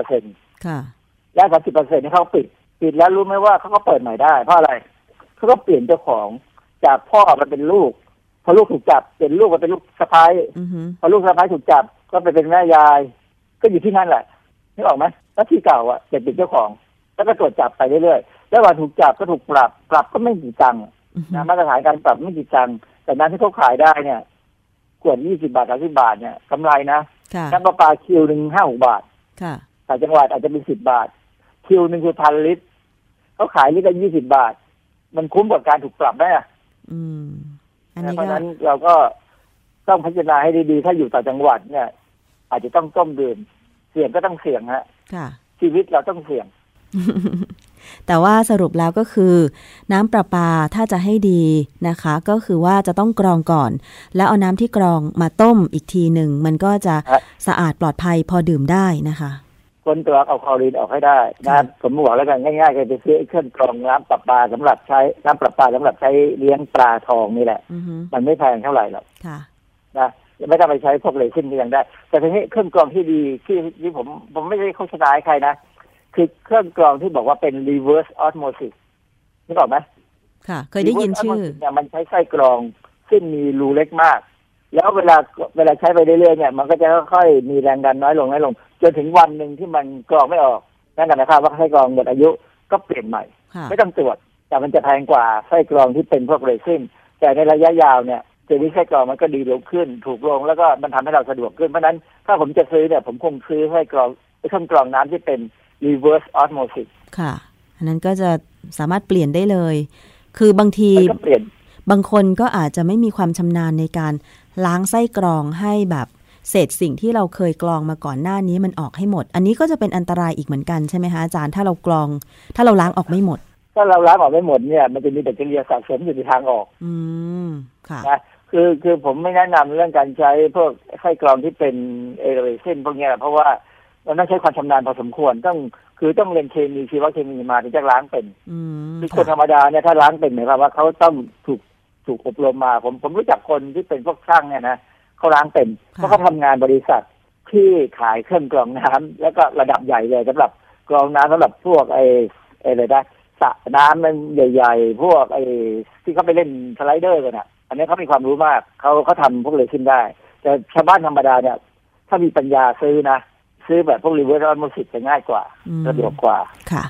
30% ค่ะและ 30% นี่เขาปิดแล้วรู้ไหมว่าเขาก็เปิดใหม่ได้เพราะอะไรเขาก็เปลี่ยนเจ้าของจากพ่อมาเป็นลูกพอลูกถูกจับเปลี่ยนลูกมาเป็นลูกสะใภ้พอลูกสะใภ้ถูกจับก็ไปเป็นแม่ยายก็อยู่ที่นั่นแหละนึกออกไหมแล้วที่เก่าอ่ะเปลี่ยนเจ้าของแล้วก็ตรวจจับไปเรื่อยๆแล้ววันถูกจับก็ถูกปรับก็ไม่กี่ตังค์นะมาตรฐานการปรับไม่กี่ตังค์แต่นั้นที่เขาขายได้เนี่ยขวด20 บาท30 บาทเนี่ยกำไรนะน้ำประปาคิวนึง5-6 บาทต่างจังหวัดอาจจะเป็น10 บาทคิวนึงคือ1,000 ลิตรเขาขายลิตรละ20 บาทมันคุ้มกว่าการถูกปรับไหมอ่ะเพราะฉะนั้นเราก็ต้องพิจารณาให้ดีๆถ้าอยู่ต่างจังหวัดเนี่ยอาจจะต้องต้มดื่มเสี่ยงก็ต้องเสี่ยงฮะชีวิตเราต้องเสี่ยงแต่ว่าสรุปแล้วก็คือน้ำประปาถ้าจะให้ดีนะคะก็คือว่าจะต้องกรองก่อนแล้วเอาน้ำที่กรองมาต้มอีกทีหนึ่งมันก็จะสะอาดปลอดภัยพอดื่มได้นะคะคนตัวเอาคลอรีนออกให้ได้นะผมบอกแล้วกันง่ายๆก็จะซื้อเครื่องกรองน้ำประปาสำหรับใช้น้ำประปาสำหรับใช้เลี้ยงปลาทองนี่แหละมันไม่แพงเท่าไหร่หรอกนะไม่ต้องไปใช้พวกเลซินก็ยังได้แต่ทีนี้เครื่องกรองที่ดีที่ผมไม่ได้โฆษณาให้ใครนะคือเครื่องกรองที่บอกว่าเป็น reverse osmosis นึกออกไหมค่ะเคยได้ยินชื่อเนี่ยมันใช้ไส้กรองซึ่งมีรูเล็กมากแล้วเวลาใช้ไปเรื่อยๆเนี่ยมันก็จะค่อยๆมีแรงดันน้อยลงจนถึงวันหนึ่งที่มันกรองไม่ออกนั่นนะครับว่าไส้กรองหมดอายุก็เปลี่ยนใหม่ไม่ต้องตรวจแต่มันจะแพงกว่าไส้กรองที่เป็นพวกเรซินแต่ในระยะยาวเนี่ยเจนี่ไส้กรองมันก็ดีลงขึ้นถูกลงแล้วก็มันทำให้เราสะดวกขึ้นเพราะนั้นถ้าผมจะซื้อเนี่ยผมคงซื้อไส้กรองเครื่องกรองน้ำที่เป็น reverse osmosis ค่ะอันนั้นก็จะสามารถเปลี่ยนได้เลยคือบางทีบางคนก็อาจจะไม่มีความชำนาญในการล้างไส้กรองให้แบบเศษสิ่งที่เราเคยกรองมาก่อนหน้านี้มันออกให้หมดอันนี้ก็จะเป็นอันตรายอีกเหมือนกันใช่ไหมคะอาจารย์ถ้าเราล้างออกไม่หมดถ้าเราล้างออกไม่หมดเนี่ยมันจะมีแบคทีเรียสะสมอยู่ในทางออกค่ะนะคือผมไม่แนะนำเรื่องการใช้พวกไส้กรองที่เป็นเอเรเซนพวกนี้เพราะว่ามันต้องใช้ความชำนาญพอสมควรต้องเรียนเคมีชีวเคมีมาถึงจะล้างเป็นคือคนธรรมดาเนี่ยถ้าล้างเป็นหมายความว่าเขาต้องถูกอบรมมาผมรู้จักคนที่เป็นพวกช่างเนี่ยนะเขาล้างเป็นเพราะเขาทำงานบริษัทที่ขายเครื่องกรองน้ำแล้วก็ระดับใหญ่เลยสำหรับกรองน้ำสำหรับพวกอะไรนะสระน้ำมันใหญ่ๆพวกที่เขาไปเล่นสไลเดอร์กันอ่ะอันนี้เขามีความรู้มากเขาทำพวกเลยขึ้นได้แต่ชาวบ้านธรรมดาเนี่ยถ้ามีปัญญาซื้อแบบพวกรีเวิร์สออสโมซิสจะง่ายกว่าสะดวกกว่าค่ะ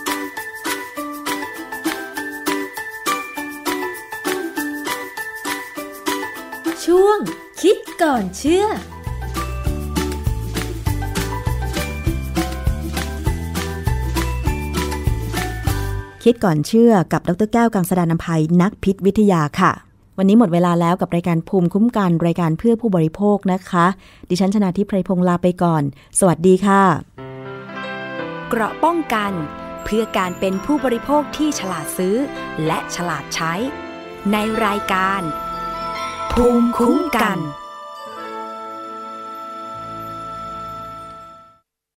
ช่วงคิดก่อนเชื่อคิดก่อนเชื่อกับดร.แก้วกังสดาลอำไพนักพิษวิทยาค่ะวันนี้หมดเวลาแล้วกับรายการภูมิคุ้มกันรายการเพื่อผู้บริโภคนะคะดิฉันชนาธิป ไพรพงษ์ลาไปก่อนสวัสดีค่ะเกราะป้องกันเพื่อการเป็นผู้บริโภคที่ฉลาดซื้อและฉลาดใช้ในรายการภูมิคุ้มกัน